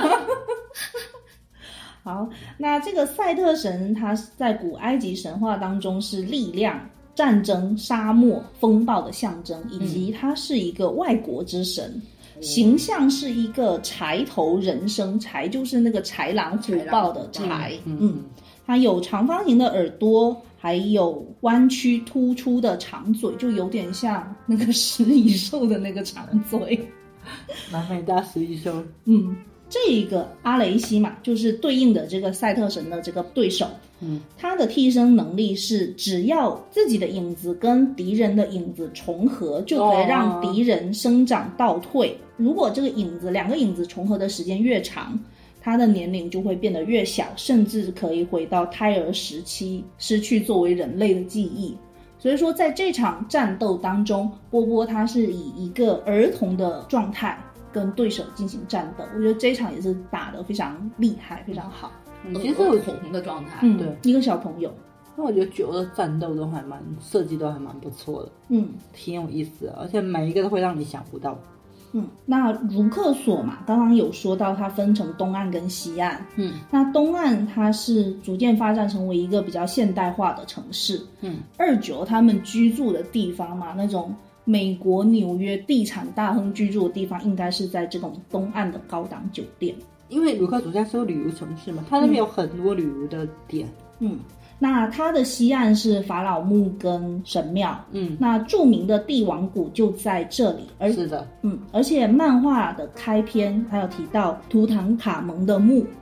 好，那这个赛特神他在古埃及神话当中是力量、战争、沙漠、风暴的象征，以及他是一个外国之神。形象是一个柴头人身，柴就是那个豺狼虎豹的豺。它有长方形的耳朵，还有弯曲突出的长嘴，就有点像那个食蚁兽的那个长嘴。 南美大食蚁兽。 这个阿雷西嘛，就是对应的这个赛特神的这个对手。他的替身能力是只要自己的影子跟敌人的影子重合，就可以让敌人生长倒退。如果这个两个影子重合的时间越长，他的年龄就会变得越小，甚至可以回到胎儿时期，失去作为人类的记忆。所以说在这场战斗当中，波波他是以一个儿童的状态跟对手进行战斗，我觉得这一场也是打得非常厉害，非常好。 其实儿童的状态， 对，一个小朋友。 那我觉得9的战斗都设计都还蛮不错的，挺有意思的，而且每一个都会让你想不到。 那卢克索嘛，刚刚有说到它分成东岸跟西岸。那东岸它是逐渐发展成为一个比较现代化的城市。29他们居住的地方嘛，那种美国纽约地产大亨居住的地方，应该是在这种东岸的高档酒店。 因为卢克索是旅游城市嘛，它那边有很多旅游的点。 那它的西岸是法老墓跟神庙。那著名的帝王谷就在这里。 是的。 而且漫画的开篇还有提到图坦卡蒙的墓。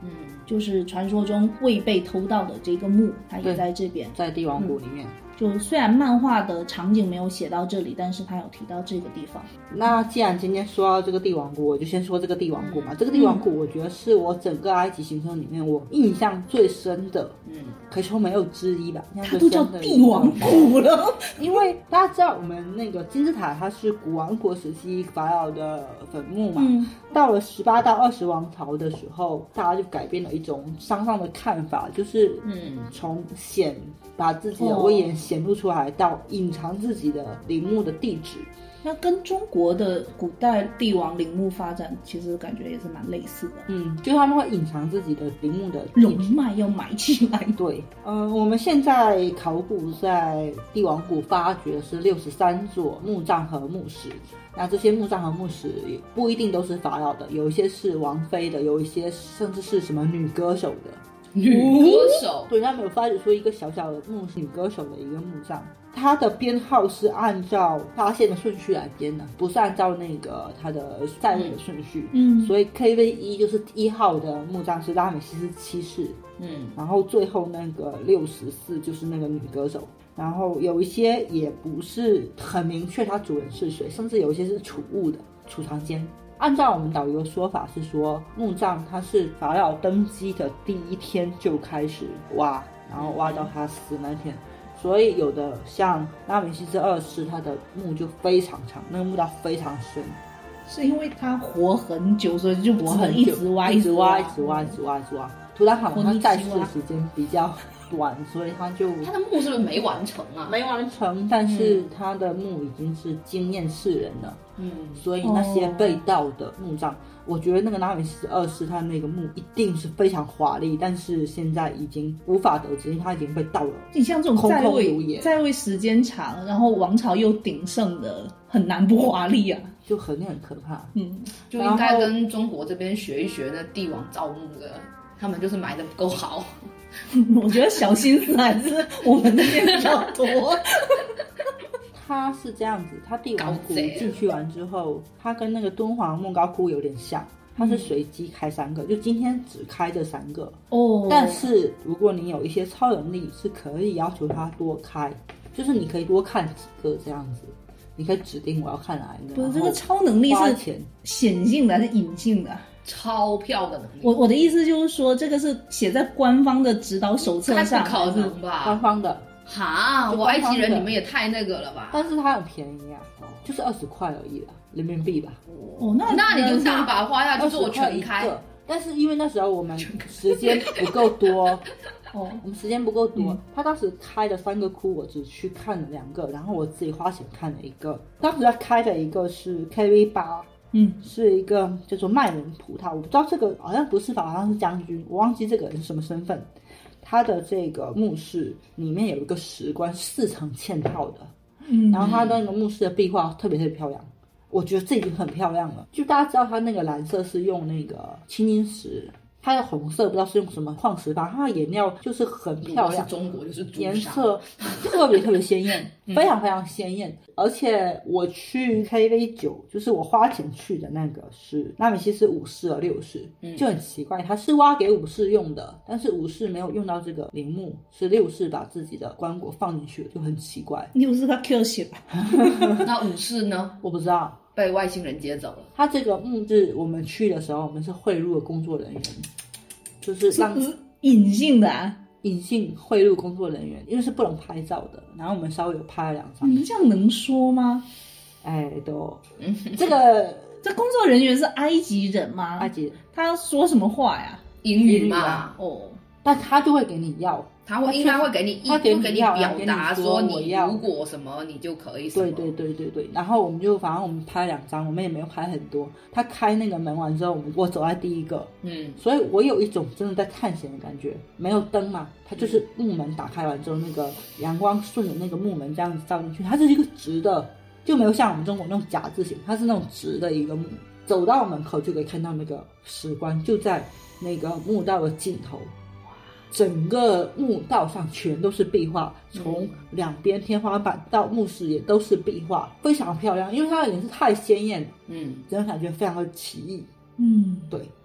就是传说中未被偷到的这个墓，它也在这边， 在帝王谷里面。 就虽然漫画的场景没有写到这里，但是他有提到这个地方。 那既然今天说到这个帝王谷，我就先说这个帝王谷嘛。这个帝王谷我觉得是我整个埃及行程里面我印象最深的，可以说没有之一吧。 它都叫帝王谷了， 因为大家知道我们那个金字塔它是古王国时期法老的坟墓嘛，到了18到20王朝的时候，大家就改变了一种商上的看法，就是从显把自己的威严显露出来，到隐藏自己的陵墓的地址。 那跟中国的古代帝王陵墓发展其实感觉也是蛮类似的。 就他们会隐藏自己的陵墓的龙脉要埋起来。 对，我们现在考古在帝王谷发掘的是63座墓葬和墓室。那这些墓葬和墓室也不一定都是法老的，有一些是王妃的，有一些甚至是什么女歌手的。 女歌手， 对，他们有发掘出一个小小的墓是女歌手的一个墓葬，它的编号是按照发现的顺序来编的，不是按照那个它的在位的顺序。所以 KV1 就是1号的墓葬是拉美西斯7世，然后最后那个64就是那个女歌手。然后有一些也不是很明确它主人是谁，甚至有一些是储物的储藏间。按照我们导游的说法是说，墓葬它是法老登基的第1天就开始挖，然后挖到他死那天。所以有的像拉美西斯2世，他的墓就非常长，那个墓道非常深。 是因为他活很久，所以就活很久， 一直挖。 图坦卡蒙他在世的时间比较短，所以他的墓是不是没完成啊？ 没完成，但是他的墓已经是惊艳世人了。所以那些被盗的墓葬，我觉得那个拉美西斯2世他那个墓一定是非常华丽，但是现在已经无法得知，因为他已经被盗了。 你像这种在位时间长，然后王朝又鼎盛的，很难不华丽啊， 就很可怕。 就应该跟中国这边学一学那帝王造墓的，他们就是埋的不够好。 我觉得小心思还是我们那边比较多。 它是这样子，它帝王谷进去完之后，它跟那个敦煌莫高窟有点像，它是随机开3个，就今天只开这3个。但是如果你有一些超能力，是可以要求它多开，就是你可以多看几个这样子。你可以指定我要看哪一个。 不是，这个超能力是显性的还是隐性的？ 钞票的能力。 我的意思就是说，这个是写在官方的指导手册上， 不可能吧？ 官方的。 我埃及人你们也太那个了吧？ 但是它很便宜啊，就是20块而已啦，人民币吧。 那你就大把花下去做全开。 但是因为那时候我们时间不够多，我们时间不够多。他当时开的3个窟，我只去看了2个，然后我自己花钱看了1个。当时他开的一个是 KV8，是一个叫做麦伦普他，我不知道这个好像不是法，好像是将军，我忘记这个人是什么身份。他的这个墓室里面有一个石棺，4层嵌套的，然后他的那个墓室的壁画特别漂亮，我觉得这已经很漂亮了。就大家知道他那个蓝色是用那个青金石，它的红色不知道是用什么矿石吧，它的颜料就是很漂亮， 中国就是颜色特别鲜艳，非常非常鲜艳。而且我去 KV9，就是我花钱去的那个是拉美西斯5世和6世，就很奇怪，它是挖给5世用的，但是5世没有用到这个陵墓，是6世把自己的棺椁放进去了，就很奇怪。 6世他 Q 血吧？ 那5世呢？ 我不知道。 被外星人接走了。 他这个墓志我们去的时候，我们是汇入的工作人员，就是让隐性的隐性汇入工作人员，因为是不能拍照的。然后我们稍微有拍了2张。 你们这样能说吗？ 这个这工作人员是埃及人吗？ 埃及人。 他说什么话呀？ 英语嘛。 但他就会给你要。 他应该会给你表达说你如果什么你就可以什么。 对。然后我们就反正我们拍2张，我们也没有拍很多。他开那个门完之后，我走在第1个，所以我有一种真的在探险的感觉。没有灯嘛，它就是木门打开完之后，那个阳光顺着那个木门这样子照进去，它是一个直的，就没有像我们中国那种甲字形，它是那种直的一个木。走到门口就可以看到那个石棺，就在那个墓道的尽头。整个墓道上全都是壁画，从2边天花板到墓室也都是壁画，非常漂亮。因为它的颜色太鲜艳，整个感觉非常的奇异。对。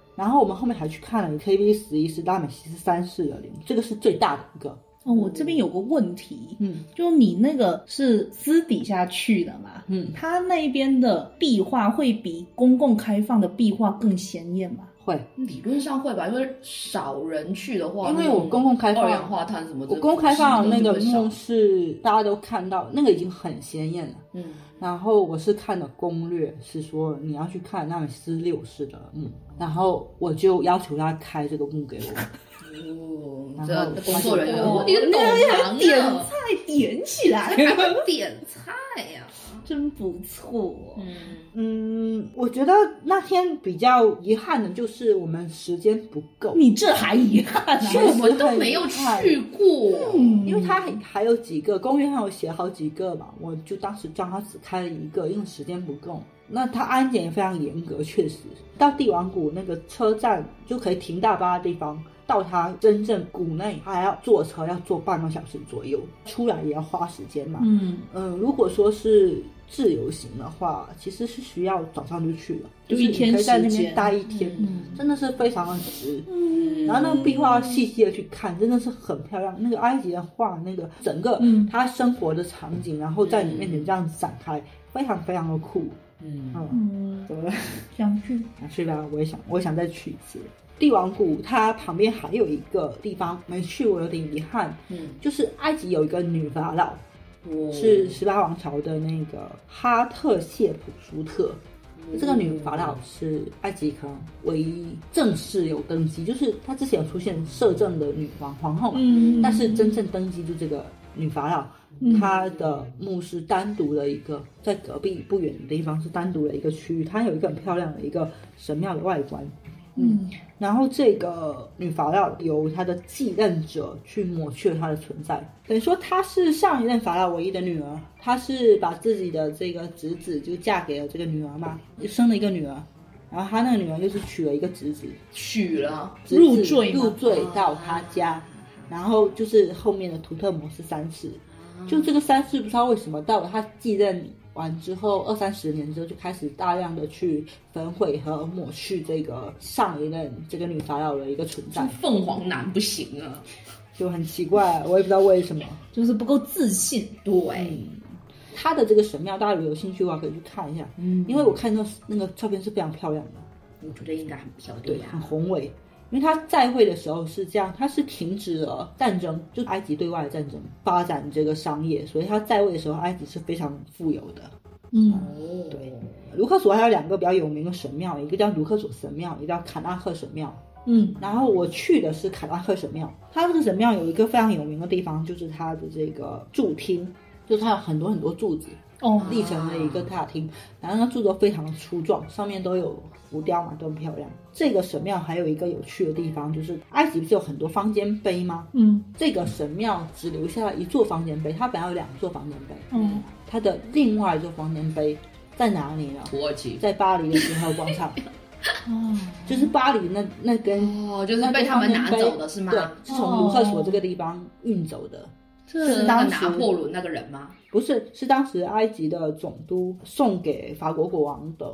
然后我们后面还去看了 KB11是拉美西斯3世的陵，这个是最大的一个。 我这边有个问题，就你那个是私底下去的嘛？他那边的壁画会比公共开放的壁画更显眼吗？ 会， 理论上会吧，因为少人去的话， 因为我公共开放二氧化碳什么的， 我公开放的那个墓是大家都看到，那个已经很显眼了。然后我是看了攻略，是说你要去看拉美西斯6世的墓，然后我就要求他开这个墓给我。 这工作人员， 你懂行点菜点起来， 点菜呀， 真不错。 我觉得那天比较遗憾的就是我们时间不够。 你这还遗憾啊？ 我们都没有去过， 因为他还有几个公园，还有写好几个嘛，我就当时叫他只开了一个，因为时间不够。那他安检也非常严格，确实到帝王谷那个车站就可以停大巴的地方，到他真正谷内还要坐车，要坐半个小时左右，出来也要花时间嘛。如果说是自由行的话，其实是需要早上就去了， 就一天时间， 可以在那边待一天，真的是非常的值。然后那个壁画细细的去看，真的是很漂亮。那个埃及的画，那个整个他生活的场景，然后在你面前这样展开，非常非常的酷。怎么了？ 想去吧，我也想再去一次。帝王谷它旁边还有一个地方没去，我有点遗憾。就是埃及有一个女法老，是18王朝的那个哈特谢普舒特。这个女法老是埃及可能唯一正式有登基，就是她之前有出现摄政的女皇后，但是真正登基就这个女法老。它的墓是单独的一个，在隔壁不远的地方是单独的一个区域，它有一个很漂亮的一个神庙的外观。然后这个女法老由她的继任者去抹去了她的存在，等于说她是上一任法老唯一的女儿，她是把自己的这个侄子就嫁给了这个女儿嘛，就生了一个女儿，然后她那个女儿又是娶了一个侄子， 入赘到她家，然后就是后面的图特摩斯3世。就这个3世不知道为什么到了他继任完之后20-30年之后，就开始大量的去焚毁和抹去这个上一任这个女法老的一个存在。 凤凰男不行啊， 就很奇怪，我也不知道为什么， 就是不够自信。 对， 他的这个神庙大家如果有兴趣的话可以去看一下，因为我看到那个照片是非常漂亮的， 我觉得应该很漂亮， 对，很宏伟。因为他在位的时候是这样，他是停止了战争，就埃及对外的战争，发展这个商业，所以他在位的时候，埃及是非常富有的。对。卢克索还有2个比较有名的神庙，一个叫卢克索神庙，一个叫卡纳克神庙。然后我去的是卡纳克神庙，它这个神庙有一个非常有名的地方，就是它的这个柱厅，就是它有很多很多柱子。立成了一个大厅，然后那柱子都非常的粗壮，上面都有浮雕嘛，都很漂亮。这个神庙还有一个有趣的地方，就是埃及不是有很多方尖碑吗？这个神庙只留下了1座方尖碑，它本来有2座方尖碑。它的另外1座方尖碑在哪里呢？ 土耳其， 在巴黎的10号广场。就是巴黎那根就是被他们拿走的是吗？ 对，是从卢克索这个地方运走的。 是当时拿破仑那个人吗？ 不是，是当时埃及的总督送给法国国王的。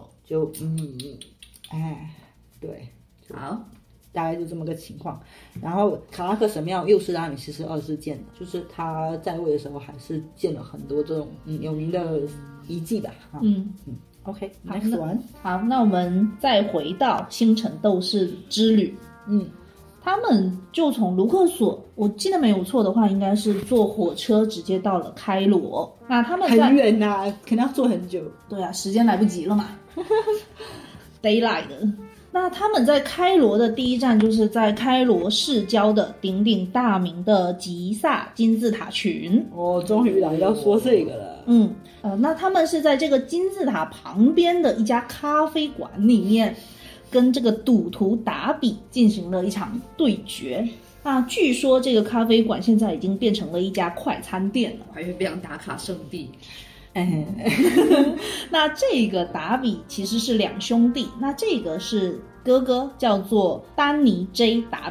对， 好， 大概就这么个情况。然后卡拉克神庙又是拉美西斯2世建的，就是他在位的时候还是建了很多这种有名的遗迹吧。OK， next one。 好，那我们再回到星辰斗士之旅。他们就从卢克索，我记得没有错的话，应该是坐火车直接到了开罗。那他们很远啊，可能要坐很久。 对啊，时间来不及了嘛。Daylight 的。那他们在开罗的第一站就是在开罗市郊的鼎鼎大名的吉萨金字塔群。 终于来到说这个了。 那他们是在这个金字塔旁边的一家咖啡馆里面，跟这个赌徒达比进行了一场对决。据说这个咖啡馆现在已经变成了一家快餐店了， 还会变成打卡圣地。 那这个达比其实是2兄弟，那这个是哥哥叫做丹尼 J 达比，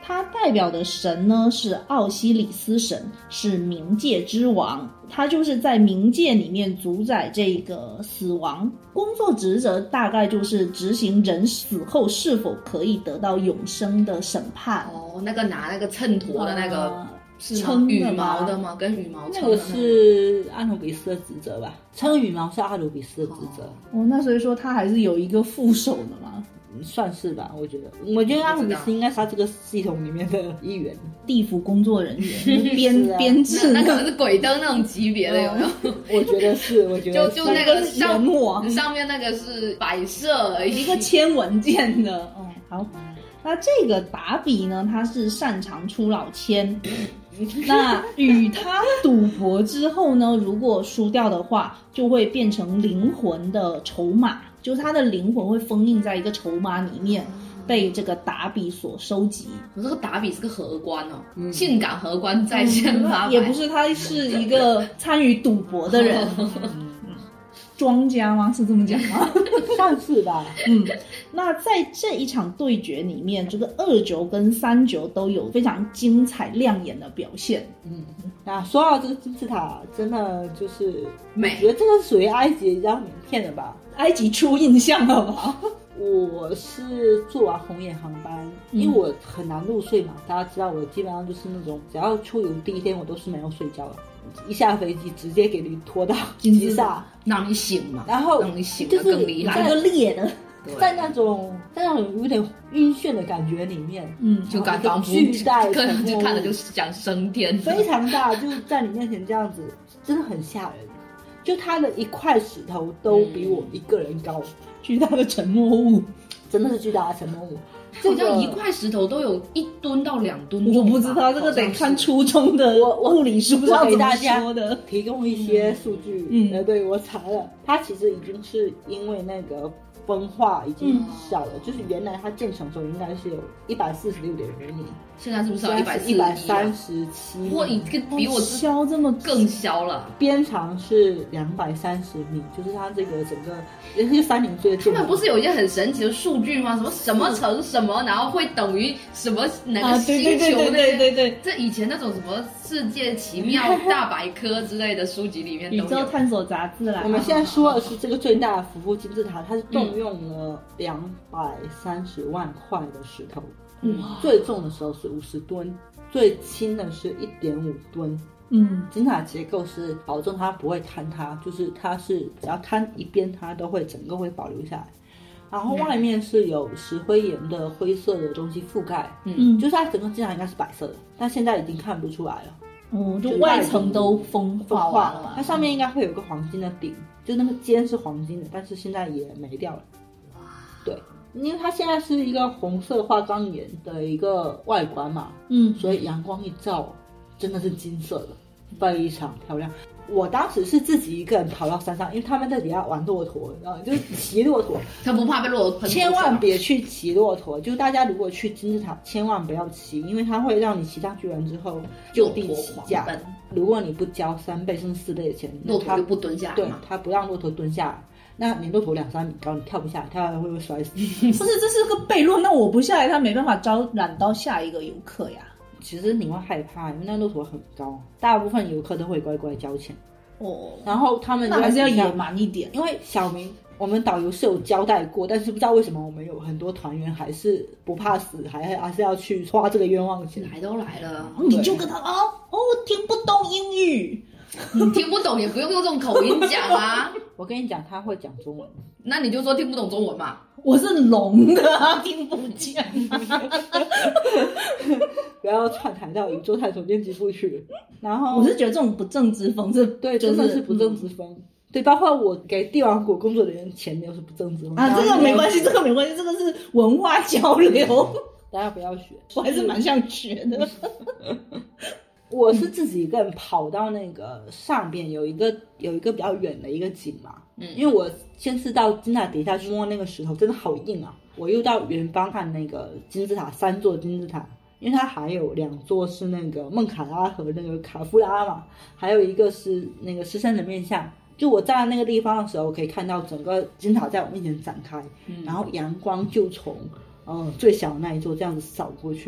它代表的神呢是奥西里斯神，是冥界之王，他就是在冥界里面主宰这个死亡，工作职责大概就是执行人死后是否可以得到永生的审判。 那个拿那个秤砣的那个是羽毛的吗？跟羽毛那个是阿努比斯的职责吧？称羽毛是阿努比斯的职责。 那所以说他还是有一个副手的嘛？ 算是吧，我觉得阿努比斯应该是他这个系统里面的一员， 地府工作人员编制， 那可能是鬼灯那种级别的，有没有？ 我觉得是， 就那个上面那个是摆设一个签文件的。好，那这个达比呢，他是擅长出老千。那与他赌博之后呢，如果输掉的话，就会变成灵魂的筹码，就是他的灵魂会封印在一个筹码里面，被这个达比所收集。 我这个达比是个荷官性感荷官在线发牌， 也不是，他是一个参与赌博的人。庄家吗？是这么讲吗？ 算是吧。 那在这一场对决里面，这个2-9跟3-9都有非常精彩亮眼的表现。 那说到这个金字塔，真的就是美， 我觉得这个属于埃及比较名片的吧？ 埃及出印象了吧？ 我是坐完红眼航班，因为我很难入睡嘛，大家知道我基本上就是那种只要出游第一天我都是没有睡觉的。一下飞机直接给你拖到金字塔， 让你醒嘛， 然后让你醒的更厉害， 来个烈的， 在那种有点晕眩的感觉里面， 就感觉巨大的沉默物，就看着就是想升天， 非常大，就是在你面前这样子，真的很吓人。就他的一块石头都比我一个人高， 巨大的沉默物， 真的是巨大的沉默物。 好像一块石头都有1吨到2吨， 我不知道这个得看初中的物理书上怎么说的， 提供一些数据。对，我查了，它其实已经是因为那个分化已经小了，就是原来它建成的时候应该是有146.5米， 现在是不是要 137？ 或比我削这么更削了。 边长是230米，就是它这个整个也是30岁的建筑。 他们不是有一些很神奇的数据吗？什么乘什么，然后会等于什么哪个星球对， 这以前那种什么世界奇妙大百科之类的书籍里面都有。 宇宙探索杂志啦。 我们现在说的是这个最大的浮金字塔，它是动用了230万块的石头，最重的时候是50吨，最轻的是1.5吨。金字塔结构是保证它不会坍塌，就是它是只要坍一边，它都会整个会保留下来。然后外面是有石灰岩的灰色的东西覆盖，就是它整个金字塔应该是白色的，但现在已经看不出来了。 就外层都风化了嘛。 它上面应该会有个黄金的顶，就那个尖是黄金的，但是现在也没掉了。对，因为它现在是一个红色花岗岩的一个外观嘛，所以阳光一照，真的是金色的，非常漂亮。我当时是自己一个人跑到山上，因为他们在底下玩骆驼，然后就是骑骆驼。 他不怕被骆驼喷？ 千万别去骑骆驼，就大家如果去金字塔，千万不要骑，因为它会让你骑上去完之后就地起价。如果你不交3倍甚至4倍的钱， 骆驼就不蹲下来。 对，他不让骆驼蹲下来。那你骆驼2-3米高，你跳不下来，跳下来会不会摔死？ 不是，这是个悖论。那我不下来，他没办法招揽到下一个游客呀。 其实你会害怕，因为那骆驼很高，大部分游客都会乖乖交钱。然后他们那还是要野蛮一点， 因为小明我们导游是有交代过，但是不知道为什么我们有很多团员还是不怕死，还是要去花这个冤枉钱。 来都来了， 你就跟他听不懂英语。 你听不懂也不用用这种口音讲啊。 我跟你讲，他会讲中文， 那你就说听不懂中文嘛。 我是聋的，听不见。 不要串台到宇宙探索编辑部去。然后我是觉得这种不正之风是对，真的是不正之风。对，包括我给帝王谷工作人员钱又是不正之风啊。这个没关系，这个没关系，这个是文化交流， 大家不要学。 我还是蛮想学的。 我是自己一个人跑到那个上边有一个比较远的一个井嘛，因为我先是到金字塔底下去摸那个石头，真的好硬啊。我又到远方看那个金字塔，3座金字塔，因为它还有2座是那个孟卡拉和那个卡夫拉嘛，还有一个是那个狮身人面像。就我站在那个地方的时候，可以看到整个金字塔在我面前展开，然后阳光就从最小的那一座这样子扫过去。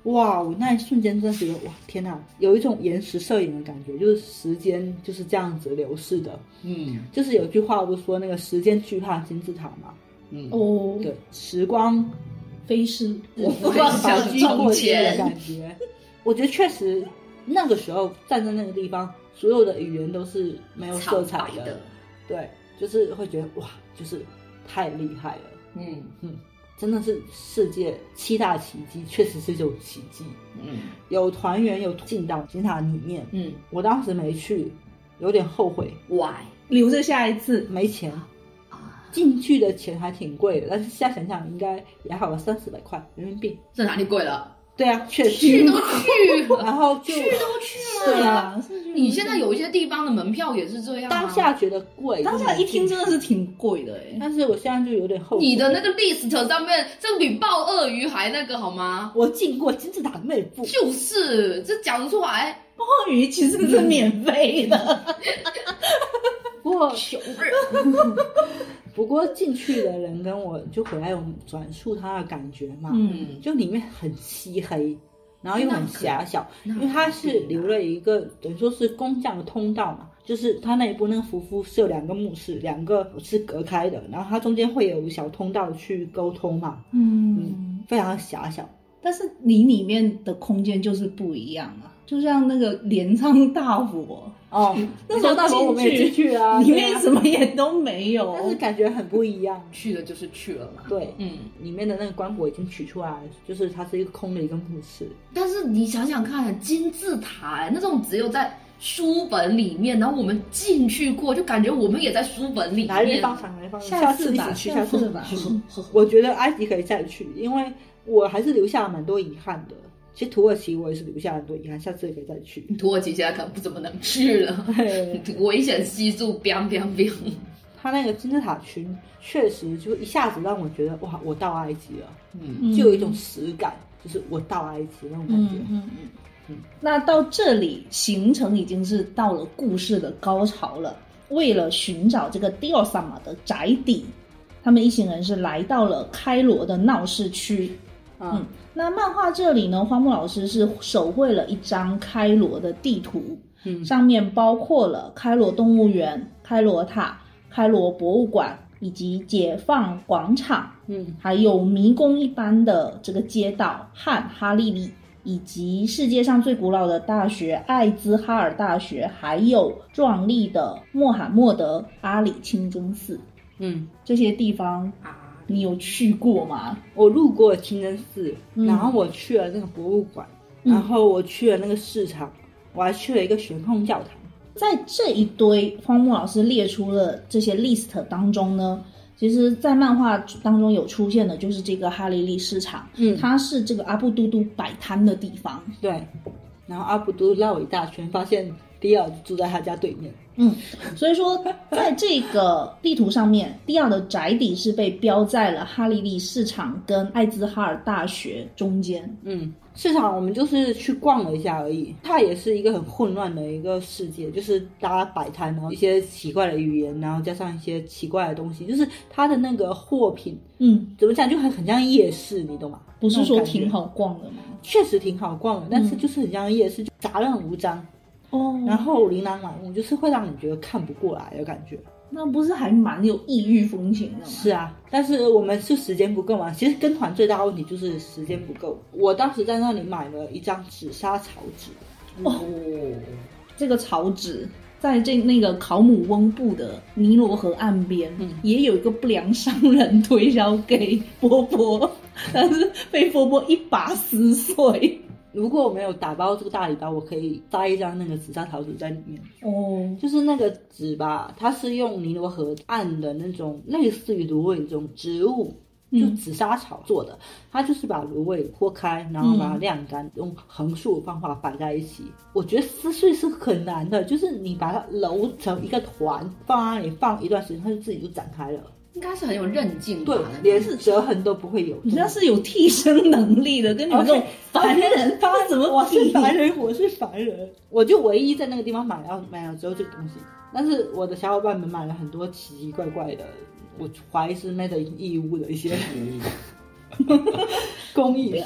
哇，我那一瞬间真的觉得哇天哪，有一种延时摄影的感觉，就是时间就是这样子流逝的。就是有句话不是说那个时间惧怕金字塔吗？对，时光飞逝， 我想机过街的感觉。我觉得确实那个时候站在那个地方，所有的语言都是没有色彩的。对，就是会觉得哇，就是太厉害了。真的是世界7大奇迹，确实是这种奇迹。有团员有进到金字塔里面。我当时没去，有点后悔。 Why？ 留着下一次。 没钱。进去的钱还挺贵的，但是现在想想应该也好了，300-400块人民币。 这哪里贵了？ 对啊，确实去都去了， 然后就去都去了。 对啊， 你现在有一些地方的门票也是这样。 当下觉得贵， 当下一听真的是挺贵的但是我现在就有点后悔。 你的那个 list 上面，这比鲍鳄鱼还那个好吗？ 我进过金字塔内部， 就是这讲出来， 鲍鳄鱼其实是免费的。 不过穷人。 不过进去的人跟我就回来有转述他的感觉嘛，就里面很漆黑，然后又很狭小，因为它是留了一个等于说是工匠的通道嘛，就是它那一部那个夫妇是有2个墓室，2个是隔开的，然后它中间会有小通道去沟通嘛，非常狭小。 但是你里面的空间就是不一样啊，就像那个镰仓大佛那时候大佛我们也进去啊，里面什么也都没有， 但是感觉很不一样。 去了就是去了嘛。 对，里面的那个棺椁已经取出来了，就是它是一个空的一个墓室。 但是你想想看，金字塔那种只有在书本里面，然后我们进去过，就感觉我们也在书本里面。 来方下次吧，下次吧。我觉得埃及可以再去，因为我还是留下了蛮多遗憾的。其实土耳其我也是留下很多遗憾，下次也可以再去。 土耳其现在可能不怎么能去了，危险系数 biang biang biang。 它那个金字塔群确实就一下子让我觉得哇，我到埃及了，就有一种实感，就是我到埃及那种感觉。 那到这里行程已经是到了故事的高潮了。为了寻找这个迪奥萨玛的宅邸，他们一行人是来到了开罗的闹市区。那漫画这里呢，花木老师是手绘了一张开罗的地图，上面包括了开罗动物园、开罗塔、开罗博物馆以及解放广场，还有迷宫一般的这个街道汉哈利利，以及世界上最古老的大学艾兹哈尔大学，还有壮丽的穆罕默德阿里清真寺。这些地方你有去过吗？ 我路过清真寺，然后我去了那个博物馆，然后我去了那个市场，我还去了一个悬空教堂。 在这一堆荒木老师列出了这些 list 当中呢，其实在漫画当中有出现的就是这个哈利利市场，它是这个阿布都督摆摊的地方。 对，然后阿布都绕了一大圈，发现迪奥就住在他家对面。 所以说在这个地图上面，迪奥的宅邸是被标在了哈利利市场跟艾兹哈尔大学中间。 市场我们就是去逛了一下而已，它也是一个很混乱的一个世界，就是大家摆摊，然后一些奇怪的语言，然后加上一些奇怪的东西，就是它的那个货品，怎么讲就很像夜市，你懂吗？ 不是说挺好逛的吗？ 确实挺好逛的，但是就是很像夜市，就杂乱无章。然后琳琅满目，就是会让你觉得看不过来的感觉。 那不是还蛮有异域风情的吗？ 是啊，但是我们是时间不够嘛。其实跟团最大的问题就是时间不够。我当时在那里买了一张纸莎草纸。 这个草纸在那个考姆翁布的尼罗河岸边，也有一个不良商人推销给波波，但是被波波一把撕碎。 如果我没有打包这个大礼包，我可以塞一张那个紫砂草纸在里面。就是那个纸吧，它是用尼罗河岸的那种类似于芦苇这种植物，就紫砂草做的。它就是把芦苇剖开，然后把它晾干，用横竖的方法摆在一起。我觉得撕碎是很难的，就是你把它揉成一个团，放在那里放一段时间，它就自己就展开了。 应该是很有韧劲吧？ 对，连折痕都不会有。 人家是有替身能力的，跟你们这种凡人，他怎么我是凡人，我是凡人。我就唯一在那个地方买了只有这个东西，但是我的小伙伴们买了很多奇奇怪怪的，我怀疑是 made in 义乌的一些工艺品。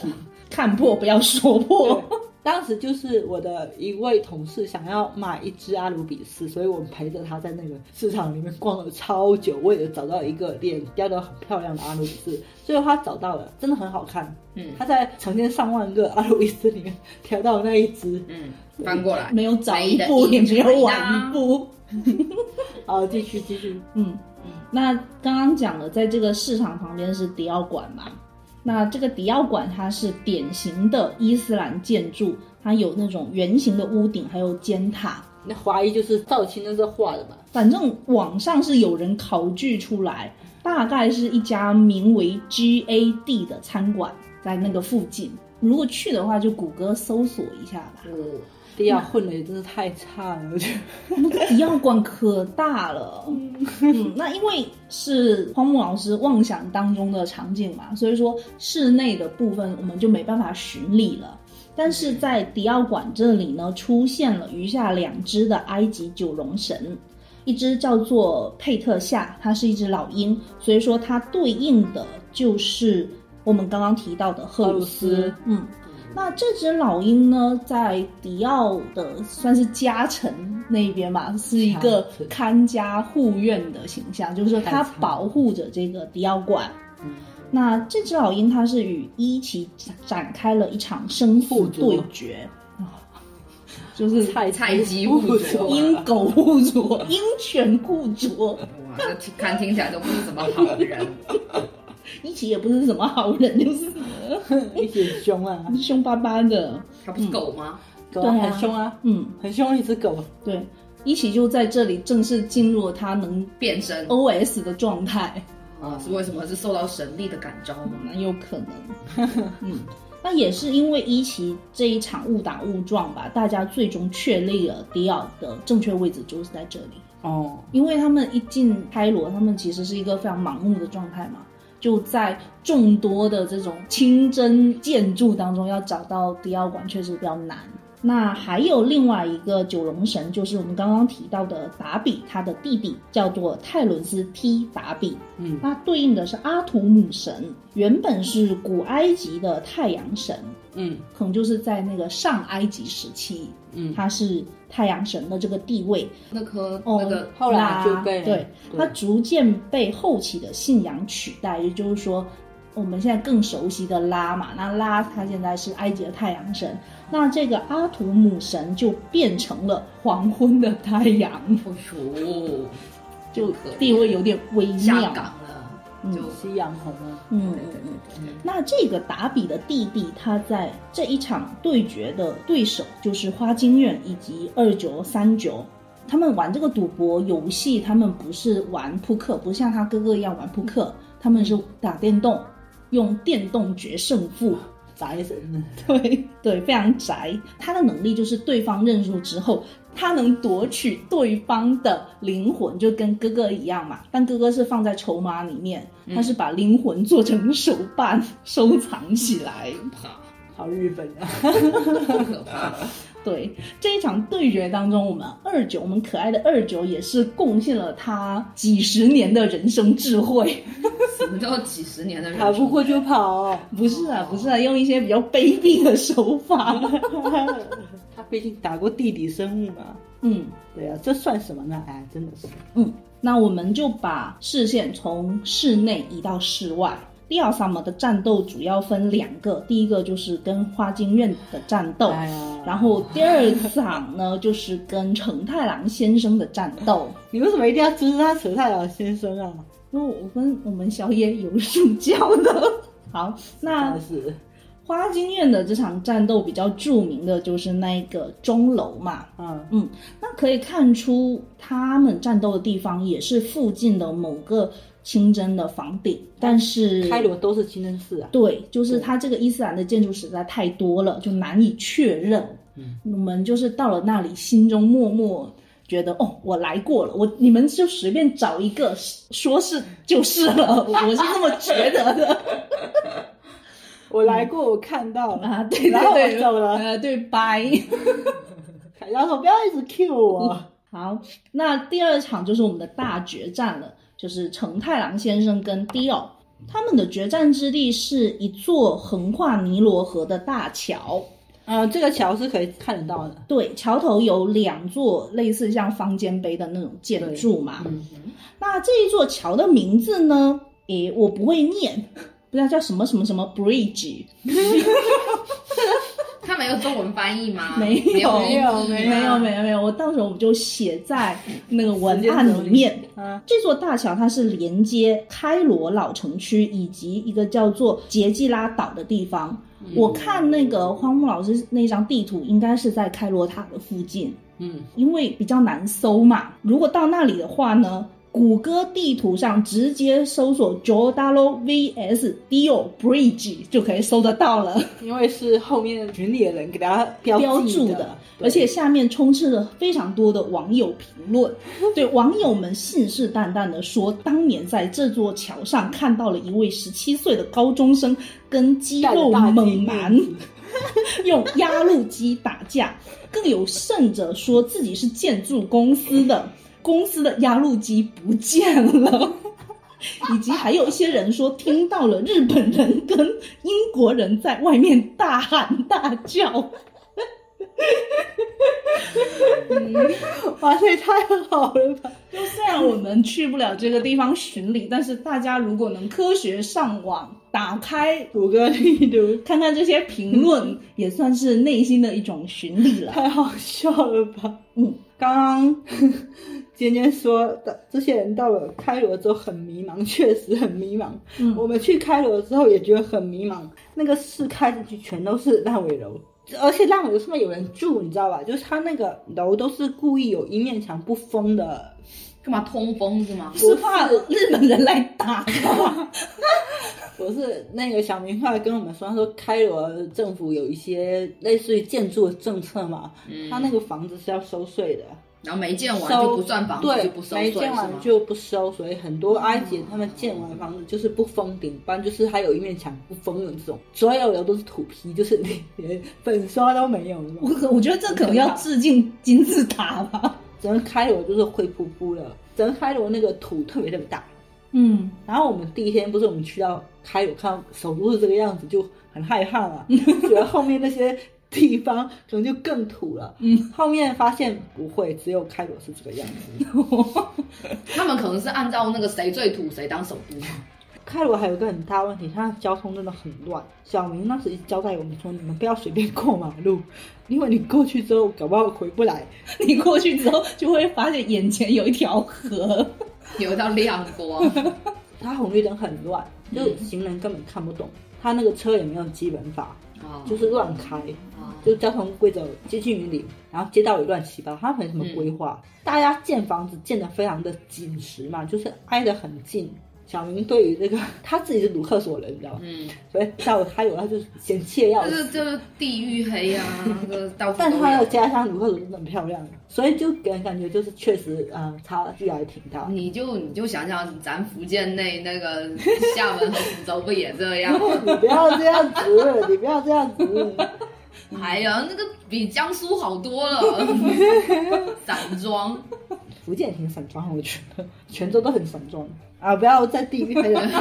看破不要说破。 当时就是我的一位同事想要买一只阿努比斯，所以我们陪着他在那个市场里面逛了超久，为了找到一个脸雕得很漂亮的阿努比斯。最后他找到了，真的很好看。他在成千上万个阿努比斯里面挑到那一只。 翻过来， 没有早一步也没有晚一步。 好，继续。 那刚刚讲了，在这个市场旁边是迪奥馆嘛。那这个迪奥馆它是典型的伊斯兰建筑，它有那种圆形的屋顶，还有尖塔。 那华裔就是赵青那是画的吧？ 反正网上是有人考据出来，大概是一家名为 GAD 的餐馆，在那个附近。如果去的话，就谷歌搜索一下吧。 迪奥混的也真是太差了，我觉得那个迪奥馆可大了。那因为是荒木老师妄想当中的场景嘛，所以说室内的部分我们就没办法巡礼了。但是在迪奥馆这里呢，出现了余下2只的埃及九龙神，一只叫做佩特夏，它是一只老鹰，所以说它对应的就是我们刚刚提到的赫鲁斯。那这只老鹰呢，在迪奥的算是家臣那边吧，是一个看家护院的形象，就是说它保护着这个迪奥馆。那这只老鹰它是与伊奇展开了一场生死对决，就是菜鸡互啄， 鹰狗互啄，鹰犬互啄。 哇，这看听起来都不是什么好人。 伊奇也不是什么好人，就是伊奇很凶啊， 凶巴巴的。 他不是狗吗？ 狗啊，很凶啊，很凶一只狗。 对，伊奇就在这里正式进入了他能变身 OS 的状态。 是为什么？是受到神力的感召吗？ 那有可能。那也是因为伊奇这一场误打误撞吧，大家最终确立了迪奥的正确位置就是在这里。因为他们一进开罗，他们其实是一个非常盲目的状态嘛。就在众多的这种清真建筑当中，要找到迪奥馆确实比较难。那还有另外一个九龙神，就是我们刚刚提到的达比，他的弟弟叫做泰伦斯 T 达比。那对应的是阿图姆神，原本是古埃及的太阳神。可能就是在那个上埃及时期，他是太阳神的这个地位。 那个后来就被对他逐渐被后期的信仰取代，也就是说我们现在更熟悉的拉嘛，那拉他现在是埃及的太阳神，那这个阿图姆神就变成了黄昏的太阳。就地位有点微妙， 下岗了。 就夕阳红了。 那这个达比的弟弟，他在这一场对决的对手就是花京院以及29、39，他们玩这个赌博游戏，他们不是玩扑克，不是像他哥哥一样玩扑克，他们是打电动，用电动决胜负。 宅神。 对，非常宅。他的能力就是对方认输之后，他能夺取对方的灵魂，就跟哥哥一样嘛，但哥哥是放在筹码里面，他是把灵魂做成手办收藏起来。 好日本啊。 可怕。 对，这一场对决当中，我们可爱的29也是贡献了他几十年的人生智慧。 什么叫几十年的人生？ 跑不过就跑。 不是啊，用一些比较卑鄙的手法。 他毕竟打过地底生物嘛。对啊，这算什么呢？哎，真的是。 那我们就把视线从室内移到室外。迪奥萨姆的战斗主要分2个，第一个就是跟花京院的战斗，然后第二场呢就是跟承太郎先生的战斗。 你为什么一定要支持他承太郎先生啊？ 因为我跟我们小野有属教的。好，那花京院的这场战斗比较著名的就是那个钟楼嘛。那可以看出他们战斗的地方也是附近的某个清真的房顶，但是开罗都是清真寺啊。 对，就是它这个伊斯兰的建筑实在太多了，就难以确认。我们就是到了那里，心中默默觉得我来过了，你们就随便找一个说是就是了，我是这么觉得的。 我来过，我看到了啊，对， 然后我走了， 对，拜。 然后不要一直 cue 我。 好，那第二场就是我们的大决战了。就是承太郎先生跟迪奥。 他们的决战之地是一座横跨尼罗河的大桥。 这个桥是可以看得到的。 对，桥头有2座类似像方尖碑的那种建筑嘛。那这一座桥的名字呢，我不会念，不知道叫什么什么什么 bridge。 它没有中文翻译吗？ 没有，我到时候我们就写在那个文案里面。这座大桥它是连接开罗老城区以及一个叫做杰基拉岛的地方。我看那个荒木老师那张地图应该是在开罗塔的附近。因为比较难搜嘛，如果到那里的话呢，谷歌地图上直接搜索 Giordano vs Dio Bridge 就可以搜得到了， 因为是后面群里的人给大家标注的， 而且下面充斥了非常多的网友评论。对，网友们信誓旦旦的说，当年在这座桥上看到了一位17岁的高中生跟肌肉猛男用压路机打架，更有甚者说自己是建筑公司的压路机不见了，以及还有一些人说听到了日本人跟英国人在外面大喊大叫。 哇，这也太好了吧！ 就虽然我们去不了这个地方巡礼，但是大家如果能科学上网，打开谷歌地图看看这些评论，也算是内心的一种巡礼了。 太好笑了吧！刚刚尖尖说的，这些人到了开罗之后很迷茫，确实很迷茫。我们去开罗之后也觉得很迷茫，那个市开进去全都是烂尾楼。而且烂尾楼上面有人住，你知道吧？就是他那个楼都是故意有一面墙不封的， 干嘛通风是吗？ 是怕日本人来打吗？ 不是，那个小明后来跟我们说，他说开罗政府有一些类似于建筑的政策嘛，他那个房子是要收税的。 然后没建完就不算房子，就不收税， 没建完就不收，所以很多埃及他们建完房子就是不封顶，不然就是还有一面墙不封的这种，所有的都是土坯，就是连粉刷都没有。 我觉得这可能要致敬金字塔吧。 整个开罗就是灰扑扑的，整个开罗那个土特别特别大。然后我们第一天不是我们去到开罗看到首都是这个样子，就很害怕嘛，觉得后面那些地方可能就更土了。后面发现不会，只有开罗是这个样子。 他们可能是按照那个谁最土谁当首都。 开罗还有一个很大问题，它的交通真的很乱。小明那时一直交代我们说，你们不要随便过马路，因为你过去之后搞不好回不来。 你过去之后就会发现眼前有一条河， 有一道亮光。 它红绿灯很乱，就行人根本看不懂。它那个车也没有基本法，就是乱开，就交通规则接近于零，然后街道也乱七八糟，它没什么规划。大家建房子建得非常的紧实嘛，就是挨得很近。小明对于这个他自己是卢克索人，你知道吗？所以到了开罗他就嫌弃的要死， 就是地域黑啊， 但是他的家乡卢克索真的很漂亮，所以就给人感觉就是确实差距还挺大。 你就想想咱福建内那个厦门和福州不也这样？ 你不要这样子，你不要这样子。 哎呀，那个比江苏好多了。散装， 福建也挺散装，我觉得泉州都很散装啊！不要再地域黑人。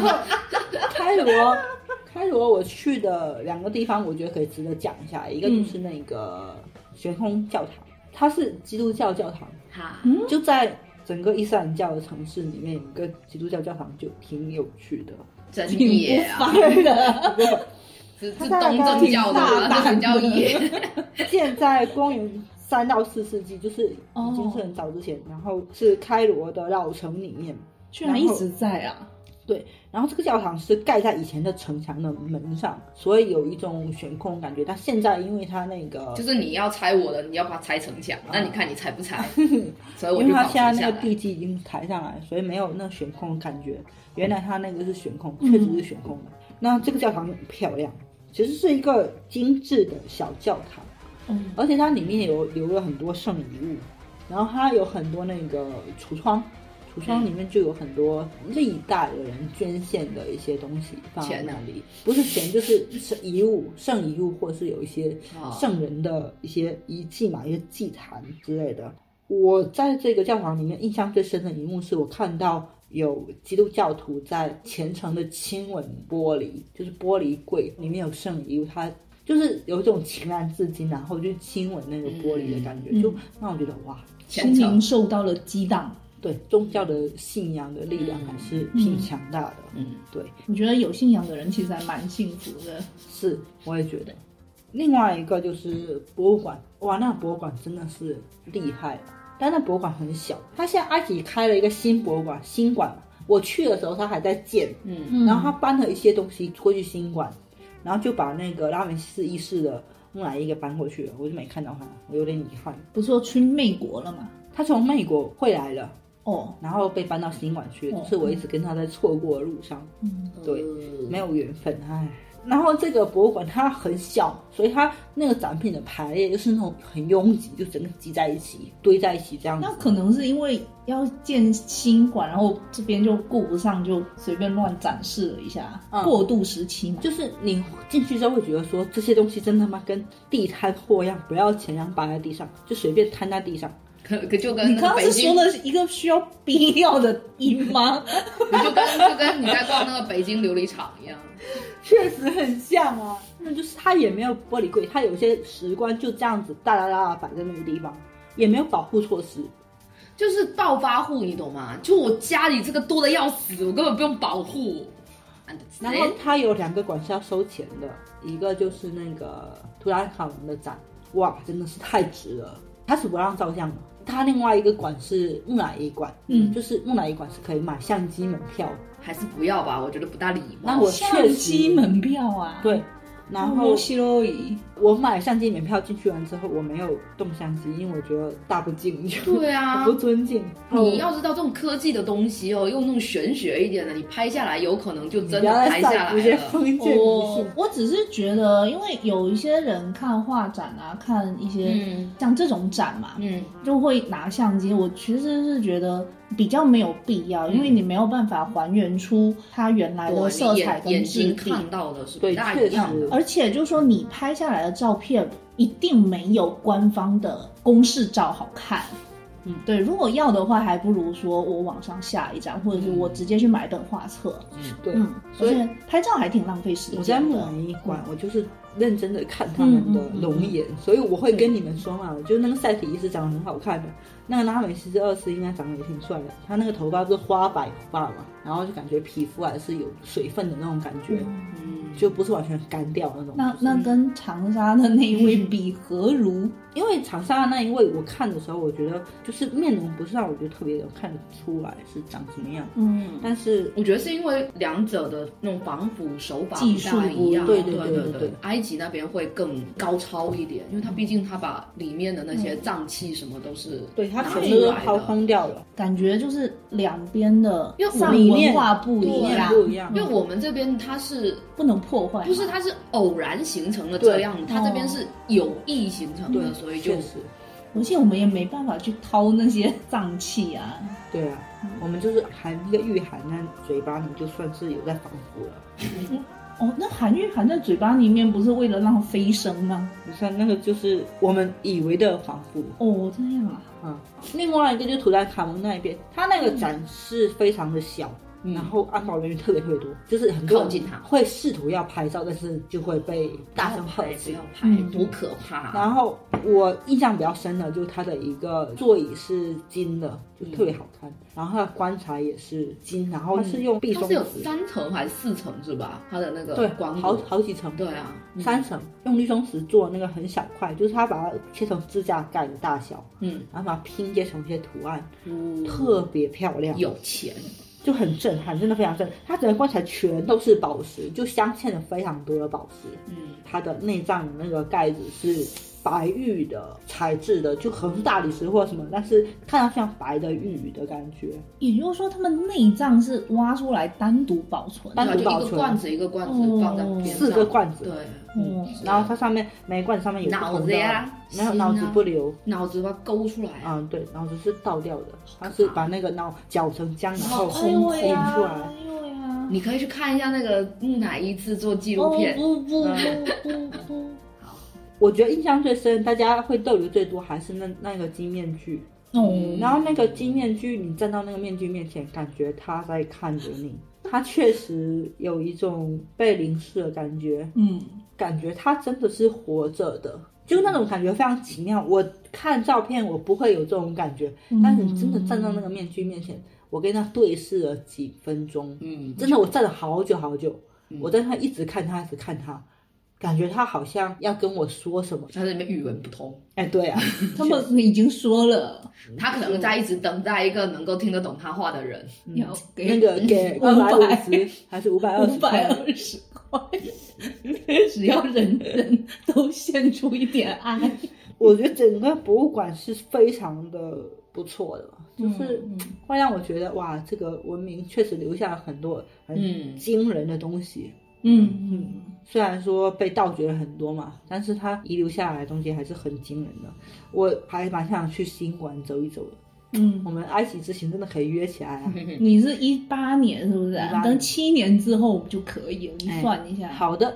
开罗我去的2个地方，我觉得可以值得讲一下。一个就是那个悬空教堂，它是基督教教堂，就在整个伊斯兰教的城市里面有一个基督教教堂，就挺有趣的。 真野啊！是东正教的吗？那叫野。 建在公元3到4世纪，就是已经是很早之前，然后是开罗的老城里面， 居然一直在啊。 对，然后这个教堂是盖在以前的城墙的门上，所以有一种悬空感觉。但现在因为它那个就是你要拆我的，你要把它拆城墙，那你看你拆不拆？所以我就因为它现在那个地基已经抬上来，所以没有那个悬空的感觉。原来它那个是悬空，确实是悬空的。那这个教堂很漂亮，其实是一个精致的小教堂，而且它里面留了很多圣遗物，然后它有很多那个橱窗里面就有很多历代的人捐献的一些东西放在那里，不是钱就是遗物，圣遗物，或是有一些圣人的一些遗迹嘛，一些祭坛之类的。我在这个教堂里面印象最深的一幕是我看到有基督教徒在虔诚的亲吻玻璃，就是玻璃柜里面有圣衣，他就是有一种情难自禁，然后就亲吻那个玻璃的感觉，就让我觉得哇， 心灵受到了激荡。 对，宗教的信仰的力量还是挺强大的。对， 我觉得有信仰的人其实还蛮幸福的。 是，我也觉得。另外一个就是博物馆，哇，那博物馆真的是厉害了，但那博物馆很小。他现在埃及开了一个新博物馆，新馆嘛，我去的时候他还在建，然后他搬了一些东西过去新馆，然后就把那个拉美西斯一世的木乃伊给搬过去了，我就没看到他，我有点遗憾。 不是说去美国了吗？ 他从美国回来了。然后被搬到新馆去，是我一直跟他在错过的路上，对，没有缘分，唉。然后这个博物馆它很小，所以它那个展品的排列就是那种很拥挤，就整个挤在一起，堆在一起这样子。 那可能是因为要建新馆，然后这边就顾不上，就随便乱展示了一下，过渡时期嘛。 就是你进去之后会觉得说这些东西真他妈跟地摊货一样，不要钱一样摆在地上，就随便摊在地上。 可就跟你刚刚是说了一个需要逼掉的音吗？ 就跟你在逛那个北京琉璃厂一样， 确实很像啊。那就是它也没有玻璃柜，它有些石棺就这样子大大大摆在那个地方，也没有保护措施， 就是暴发户，你懂吗？就我家里这个多的要死，我根本不用保护。 然后它有2个馆是要收钱的，一个就是那个图兰卡蒙的展，哇，真的是太值了。它是不让照相的。它另外一个馆是木乃伊馆，就是木乃伊馆是可以买相机门票， 还是不要吧？我觉得不大礼貌。 那我相机门票啊， 对。然后我买相机门票进去完之后，我没有动相机，因为我觉得大不敬， 对啊， 不尊敬。 你要知道这种科技的东西哦，用那种玄学一点的，你拍下来有可能就真的拍下来了。 我只是觉得，因为有一些人看画展啊，看一些像这种展嘛，就会拿相机。我其实是觉得比较没有必要，因为你没有办法还原出它原来的色彩跟质地， 看到的是不大一样的。 而且就是说你拍下来的照片一定没有官方的公示照好看。对，如果要的话，还不如说我网上下一张，或者是我直接去买本画册。 对， 而且拍照还挺浪费时间的。 我在木乃伊馆，我就是认真的看他们的容颜，所以我会跟你们说嘛，就是那个赛提伊是长得很好看的，那个拉美西斯2世应该长得也挺帅的，他那个头发是花白发嘛，然后就感觉皮肤还是有水分的那种感觉，就不是完全干掉那种。 那跟长沙的那一位比何如？ 因为长沙的那一位我看的时候，我觉得就是面容不是让我觉得特别的看得出来是长什么样，但是我觉得是因为两者的那种防腐手法技术不一样， 对， 埃及那边会更高超一点，因为它毕竟它把里面的那些脏器什么都是对它全部都掏空掉了， 感觉就是两边的文化不一样， 因为我们这边它是不能破坏， 不是它是偶然形成的这样，它这边是有意形成的，所以就而且我们也没办法去掏那些脏器啊。 对啊，我们就是含一个玉含在嘴巴里，就算是有在防腐了。 那含玉含在嘴巴里面，不是为了让它飞升吗？ 你看那个就是我们以为的防腐。 这样啊。 另外一个就是图兰卡蒙那一边，它那个展示非常的小。然后安保人员特别多，就是很多人会试图要拍照，但是就会被大声呵斥， 不要拍，多可怕。 然后我印象比较深的就是它的一个座椅是金的，就特别好看。然后它的棺材也是金，然后它是用碧松石， 它是有3层还是4层是吧？它的那个棺木好几层， 对啊 ，3层，用绿松石做那个很小块，就是它把它切成指甲盖的大小，然后把它拼接成一些图案，特别漂亮， 有钱。 就很震撼，真的非常震撼。它整个棺材全都是宝石，就镶嵌了非常多的宝石。它的内脏的那个盖子是白玉的材质的，就可能是大理石或什么，但是看到像白的玉的感觉。 也就是说，他们内脏是挖出来单独保存， 单独保存， 一个罐子放在边上，4 个罐子， 对， 然后它上面每个罐子上面有脑子呀， 没有脑子不留， 脑子把它勾出来。 对，脑子是倒掉的，它是把那个脑搅成浆，然后引出来。 你可以去看一下那个木乃伊制作纪录片。 不。 我觉得印象最深，大家会逗留最多还是那个金面具， 然后那个金面具，你站到那个面具面前，感觉他在看着你，他确实有一种被凝视的感觉，感觉他真的是活着的，就那种感觉非常奇妙。我看照片我不会有这种感觉，但是你真的站到那个面具面前，我跟他对视了几分钟，真的我站了好久好久，我在那一直看他，一直看他。感觉他好像要跟我说什么， 他在那边语文不通。 对啊， 他们已经说了， 他可能在一直等待一个能够听得懂他话的人， 要给那个给250还是520 块，只要人人都献出一点爱。 我觉得整个博物馆是非常的不错的，就是会让我觉得哇，这个文明确实留下了很多很惊人的东西。虽然说被盗掘了很多嘛，但是它遗留下来的东西还是很惊人的。我还蛮想去新馆走一走的。我们埃及之行真的可以约起来啊。 你是18年是不是？等7年之后就可以了，你算一下。 好的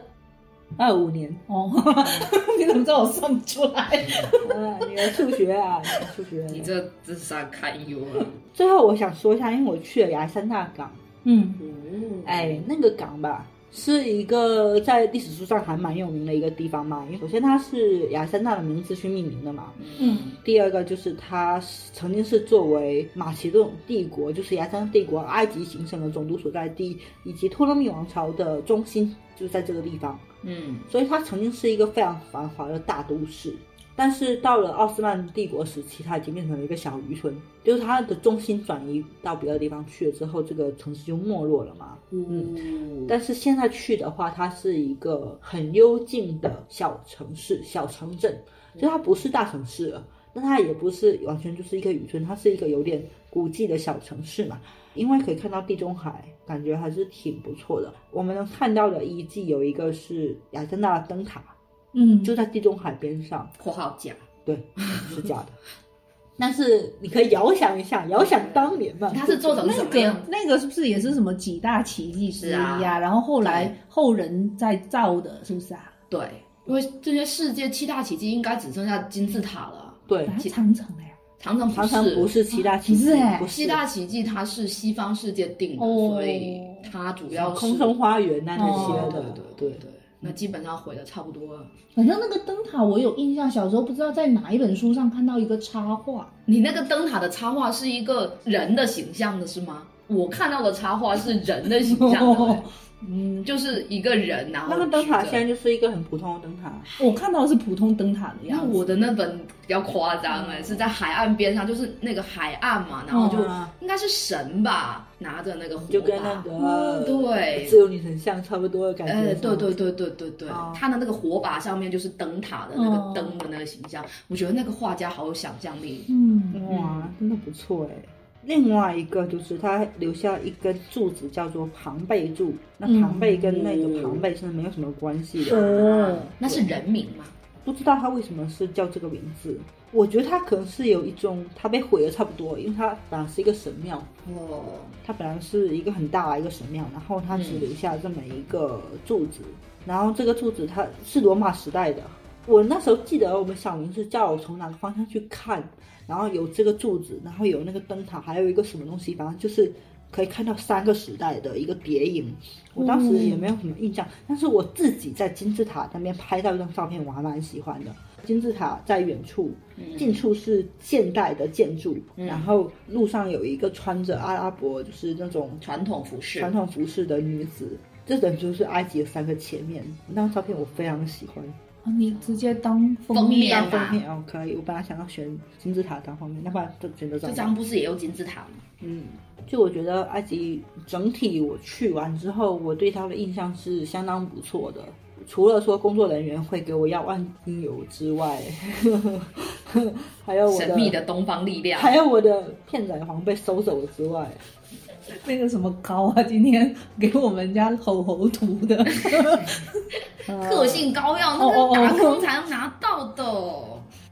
，25年。 你怎么知道我算不出来？ 你的数学啊， 你这智商堪忧了。 最后我想说一下，因为我去了亚历山大港。那个港吧。是一个在历史书上还蛮有名的一个地方嘛，因为首先它是亚历山大的名字去命名的嘛，第二个就是它曾经是作为马其顿帝国，就是亚历山大帝国埃及行省的总督所在地，以及托勒密王朝的中心，就在这个地方，所以它曾经是一个非常繁华的大都市。但是到了奥斯曼帝国时期，它已经变成了一个小渔村，就是它的中心转移到别的地方去了之后，这个城市就没落了嘛。但是现在去的话，它是一个很幽静的小城市、小城镇，就它不是大城市了，但它也不是完全就是一个渔村，它是一个有点古迹的小城市嘛。因为可以看到地中海，感觉还是挺不错的。我们能看到的遗迹有一个是亚历山大的灯塔。就在地中海边上， 括号假， 对，是假的。但是你可以遥想一下，遥想当年嘛， 它是做成什么样？ 那个是不是也是什么几大奇迹之一啊？然后后来后人在造的，是不是啊？ 对，因为这些世界7大奇迹应该只剩下金字塔了。 对， 长城长城不是7大奇迹 ，7大奇迹它是西方世界定的，所以它主要是空中花园那些的，对。 那基本上毁的差不多了。 反正那个灯塔我有印象，小时候不知道在哪一本书上看到一个插画。 你那个灯塔的插画是一个人的形象的是吗？我看到的插画是人的形象的。就是一个人，然后那个灯塔现在就是一个很普通的灯塔。 我看到的是普通灯塔的样子。 那我的那本比较夸张是在海岸边上，就是那个海岸嘛，然后就应该是神吧，拿着那个火把， 就跟那个对自由女神像差不多的感觉。 对，他的那个火把上面就是灯塔的那个灯的那个形象，我觉得那个画家好有想象力。 哇，真的不错另外一个就是他留下一根柱子叫做庞贝柱，那庞贝跟那个庞贝是没有什么关系的。 那是人名吗？ 不知道他为什么是叫这个名字。我觉得他可能是有一种他被毁的差不多，因为他本来是一个神庙，他本来是一个很大的一个神庙，然后他只留下这么一个柱子，然后这个柱子它是罗马时代的。我那时候记得我们小明是叫我从哪个方向去看，然后有这个柱子，然后有那个灯塔，还有一个什么东西，反正就是可以看到3个时代的一个叠影。我当时也没有什么印象，但是我自己在金字塔那边拍到一张照片，我还蛮喜欢的。金字塔在远处，近处是现代的建筑，然后路上有一个穿着阿拉伯就是那种传统服饰的女子，这等就是埃及的3个切面。那张照片我非常喜欢。 你直接当封面可以。我本来想要选金字塔当封面，那不然就选择这张不是也有金字塔吗？ 就我觉得埃及整体我去完之后，我对它的印象是相当不错的。除了说工作人员会给我要万金油之外，还有我的神秘的东方力量， 还有我的片仔癀被收走了之外， 那个什么膏啊，今天给我们家吼涂的个性膏药，那个打工才能拿到的。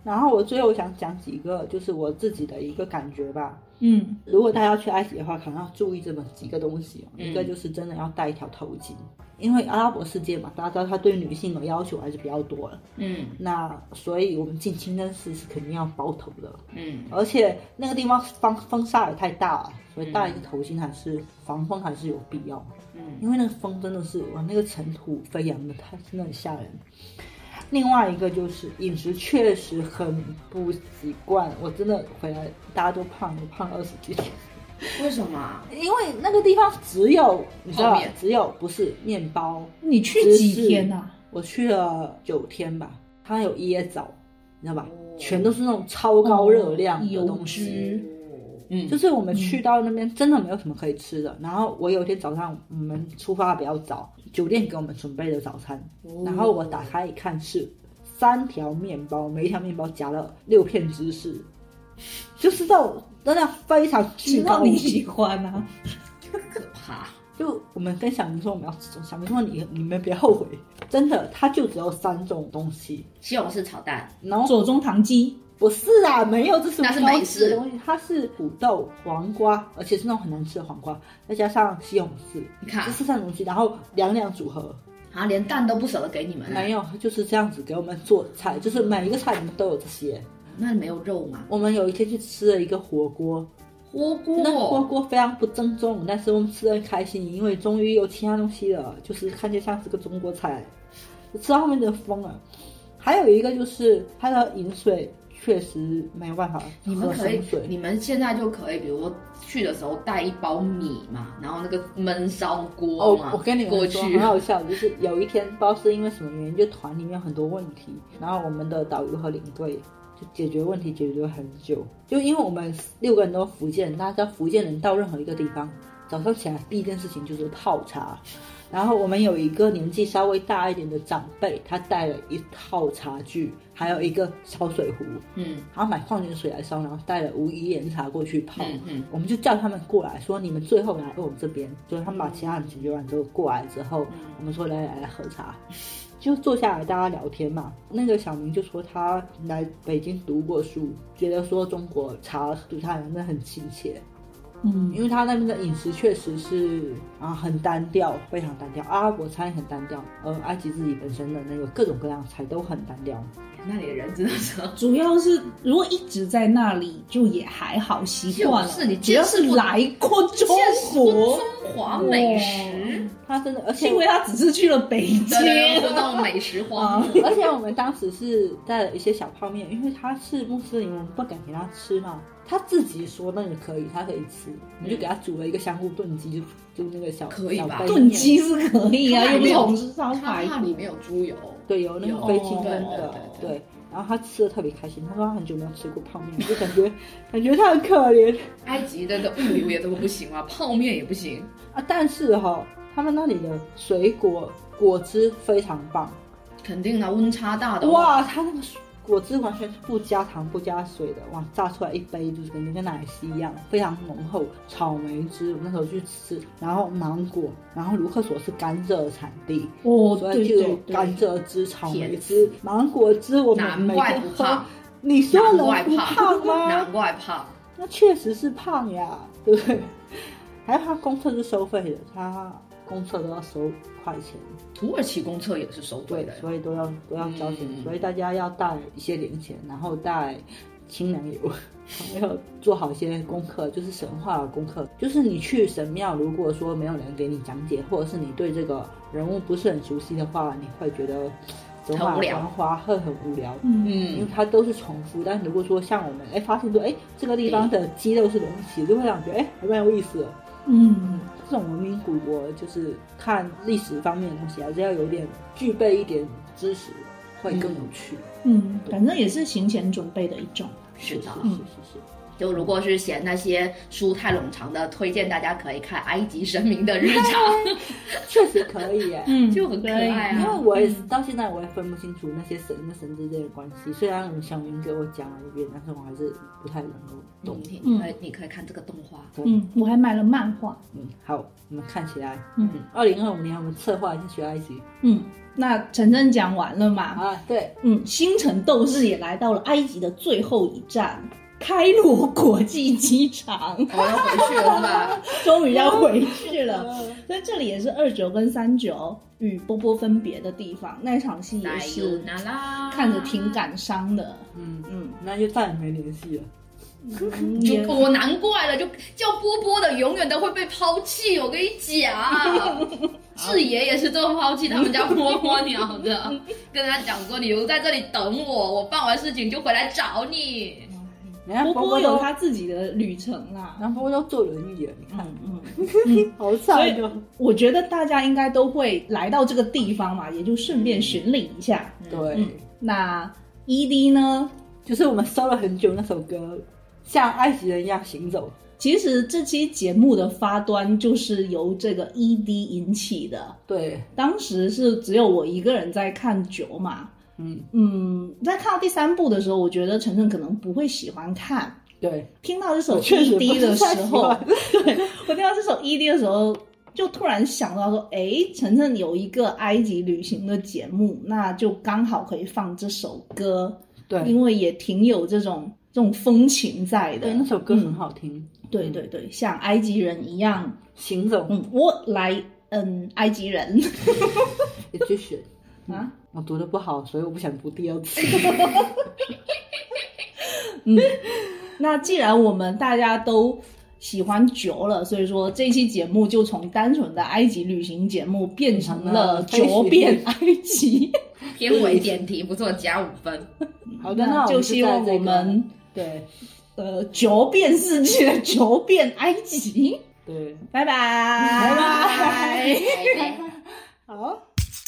然后我最后想讲几个就是我自己的一个感觉吧。如果大家要去埃及的话，可能要注意这么几个东西一个就是真的要戴一条头巾，因为阿拉伯世界嘛，大家知道他对女性的要求还是比较多的。那所以我们进清真寺是肯定要包头的。而且那个地方风沙也太大了，所以戴一个头巾还是防风还是有必要。因为那个风真的是哇，那个尘土飞扬的，它真的很吓人。另外一个就是饮食确实很不习惯，我真的回来大家都胖，我胖了20几天。 为什么？ 因为那个地方只有你知道，只有不是面包。 你去几天啊？ 我去了9天吧。它有椰枣，你知道吧？全都是那种超高热量的东西。就是我们去到那边真的没有什么可以吃的。然后我有一天早上我们出发比较早，酒店给我们准备的早餐，然后我打开一看是3条面包，每一条面包夹了6片芝士，就是那种真的非常巨高。 你喜欢啊？ 可怕。 就我们跟小明说我们要吃，小明说你们别后悔，真的它就只有3种东西： 西红柿炒蛋， 然后左宗棠鸡。 不是啊，没有，这是美式的东西。它是土豆、黄瓜，而且是那种很难吃的黄瓜，再加上西红柿， 你看这4样东西，然后两组合。 啊，连蛋都不舍得给你们？ 没有，就是这样子给我们做菜，就是每一个菜里面都有这些。 那没有肉吗？ 我们有一天去吃了一个火锅，那火锅非常不正宗，但是我们吃得很开心，因为终于有其他东西了，就是看起来像是个中国菜。吃到后面就疯了。还有一个就是它的饮水确实没有办法喝生水。 你们现在就可以，比如说去的时候带1包米嘛，然后那个焖烧锅嘛， 我跟你们说很好笑，就是有一天不知道是因为什么原因，就团里面有很多问题，然后我们的导游和领队就解决问题解决了很久。就因为我们6个人都福建人，大家知道福建人到任何一个地方，早上起来第一件事情就是泡茶。然后我们有一个年纪稍微大一点的长辈，他带了一套茶具，还有一个烧水壶，然后买矿泉水来烧，然后带了无疑岩茶过去泡。我们就叫他们过来说，你们最后来我们这边，就是他们把其他人解决完之后过来之后，我们说来喝茶，就坐下来大家聊天嘛。那个小明就说他来北京读过书，觉得说中国茶对他来讲很亲切。因为他那边的饮食确实是很单调，非常单调。阿拉伯菜很单调，埃及自己本身的那个各种各样的菜都很单调。 那里的人真的是， 主要是如果一直在那里就也还好，习惯了。 是你只要是来过中国， 中华美食， 他真的，而且因为他只是去了北京， 那种美食荒。 而且我们当时是带了一些小泡面，因为他是穆斯林，我们不敢给他吃嘛。他自己说那个可以，他可以吃，我们就给他煮了一个香菇炖鸡，就那个小可以吧？ 炖鸡是可以啊，又不同是烧排。 它里面有猪油， 对，有那个非清真的，对。然后他吃的特别开心，他说他很久没有吃过泡面，就感觉他很可怜。 埃及的物流也都不行啊，泡面也不行啊。但是他们那里的水果果汁非常棒， 肯定的，温差大的哇，他那个果汁完全是不加糖不加水的，哇，榨出来一杯就是跟那个奶昔一样，非常浓厚。草莓汁我那时候去吃，然后芒果，然后卢克索是甘蔗产地所以就有甘蔗汁、草莓汁、芒果汁，我们每天喝。你说人不胖吗？ 难怪胖， 那确实是胖呀，对不对？还有他公厕是收费的，他公厕都要收块钱。 土耳其公厕也是收费的， 所以都要交钱，所以大家要带一些零钱，然后带清凉油，要做好一些功课，就是神话的功课。就是你去神庙，如果说没有人给你讲解，或者是你对这个人物不是很熟悉的话，你会觉得走马观花会很无聊，因为它都是重复。但如果说像我们发现说这个地方的鸡肉是龙起，就会让觉得还蛮有意思的。这种文明古国就是看历史方面的东西还是要有点具备一点知识会更有趣。 反正也是行前准备的一种。 是的， 是。 就如果是嫌那些书太冗长的，推荐大家可以看埃及神明的日常， 确实可以耶， 就很可爱啊。 因为我也是到现在我也分不清楚那些神跟神之间的关系，虽然小云给我讲了一遍，但是我还是不太能够懂。 你可以看这个动画。 我还买了漫画。 好，我们看起来，2025年我们策划一下去埃及。 那晨晨讲完了嘛？ 对， 星辰斗士也来到了埃及的最后一站。开罗国际机场， 我要回去了是吧？ 终于要回去了，所以这里也是29跟39与波波分别的地方。那场戏也是看着挺感伤的。 那就再也没联系了。 我难怪了，就叫波波的永远都会被抛弃。我跟你讲，智爷也是这么抛弃他们家波波鸟的，跟他讲说你留在这里等我，我办完事情就回来找你。 波波有他自己的旅程啦， 然后波波都坐轮椅了，你看，好惨。 所以我觉得大家应该都会来到这个地方嘛，也就顺便巡礼一下。 对， 那 ED 呢， 就是我们搜了很久那首歌，像埃及人一样行走。 其实这期节目的发端就是由这个 ED 引起的。 对， 当时是只有我一个人在看9嘛。在看到第3部的时候，我觉得晨晨可能不会喜欢看。 对， 听到这首 ED 的时候，对，我听到这首 ED 的时候，就突然想到说，晨晨有一个埃及旅行的节目，那就刚好可以放这首歌。 对， 因为也挺有这种风情在的。 对，那首歌很好听。 对对对，像埃及人一样行走。 我来埃及人。 Egyptian 啊。我读得不好，所以我不想读第2次。 那既然我们大家都喜欢9了，所以说这期节目就从单纯的埃及旅行节目变成了9遍埃及。 片尾点题不错，加5分。 好的，那就希望我们对 9遍世界的9遍埃及。 对， 拜拜，拜拜。 好。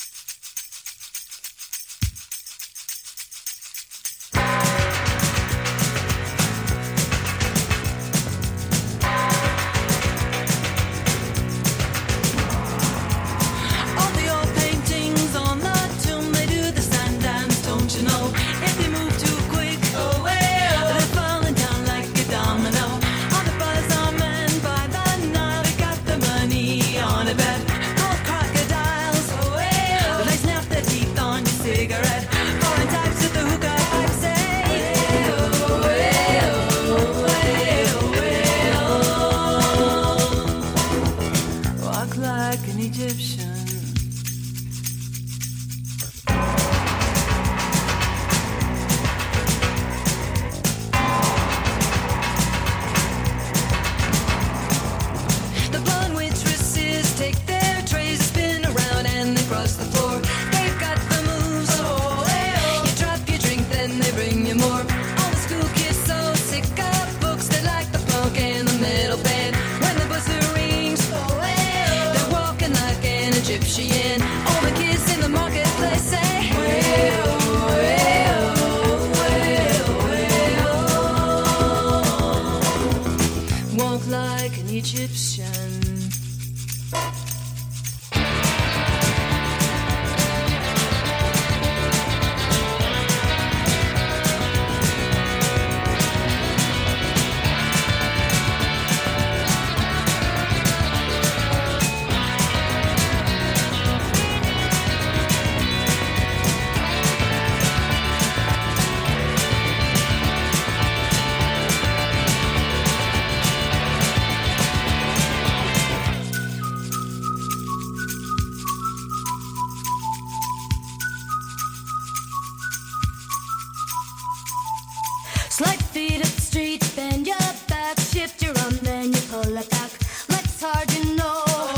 Slide feet up the street, bend your back, shift your arm, then you pull it back. Legs hard, you know.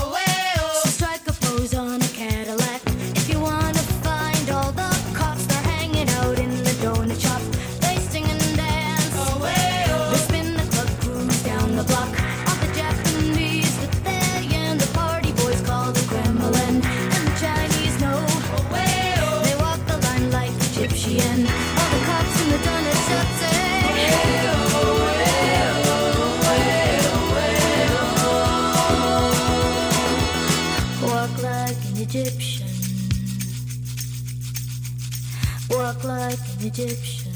So strike a pose on a Cadillac. If you wanna find all the cops, they're hanging out in the donut shop. They sing and dance. They spin the club, cruise down the block. All the Japanese that they and the party boys call the Kremlin. And the Chinese know. They walk the line like Egyptian. All the cops in the donut shop say. Egyptian.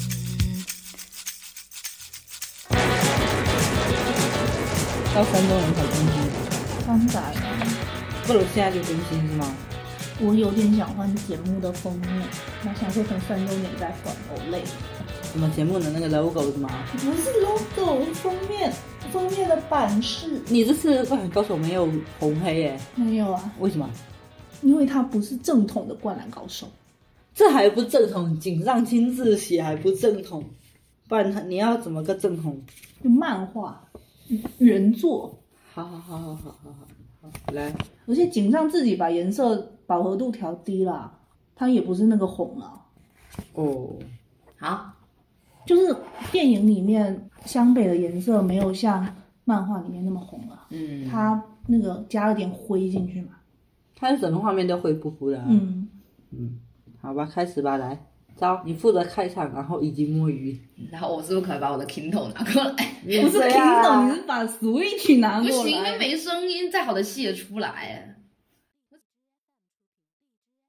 到3周年才更新， 当然了， 不如现在就更新是吗？ 我有点想换节目的封面，那想说等3周年再换，好累。 什么节目的那个 logo 是吗？ 不是 logo， 封面的版式。 你这次灌篮高手没有红黑耶？ 没有啊？ 为什么？ 因为它不是正统的灌篮高手。 这还不正统，井上亲自写还不正统，不然你要怎么个正统？ 漫画原作。 好，来。 而且井上自己把颜色饱和度调低了，它也不是那个红了。 哦， 好， 就是电影里面湘北的颜色没有像漫画里面那么红了。它那个加了点灰进去嘛。 它是整个画面都灰扑扑的、啊。好吧，开始吧，来，招你负责开场，然后以及摸鱼。 然后我是不是可以把我的 Kindle 拿过来？ 不是 Kindle，你是把 Switch 拿过来。 不行，因为没声音，再好的戏也出来。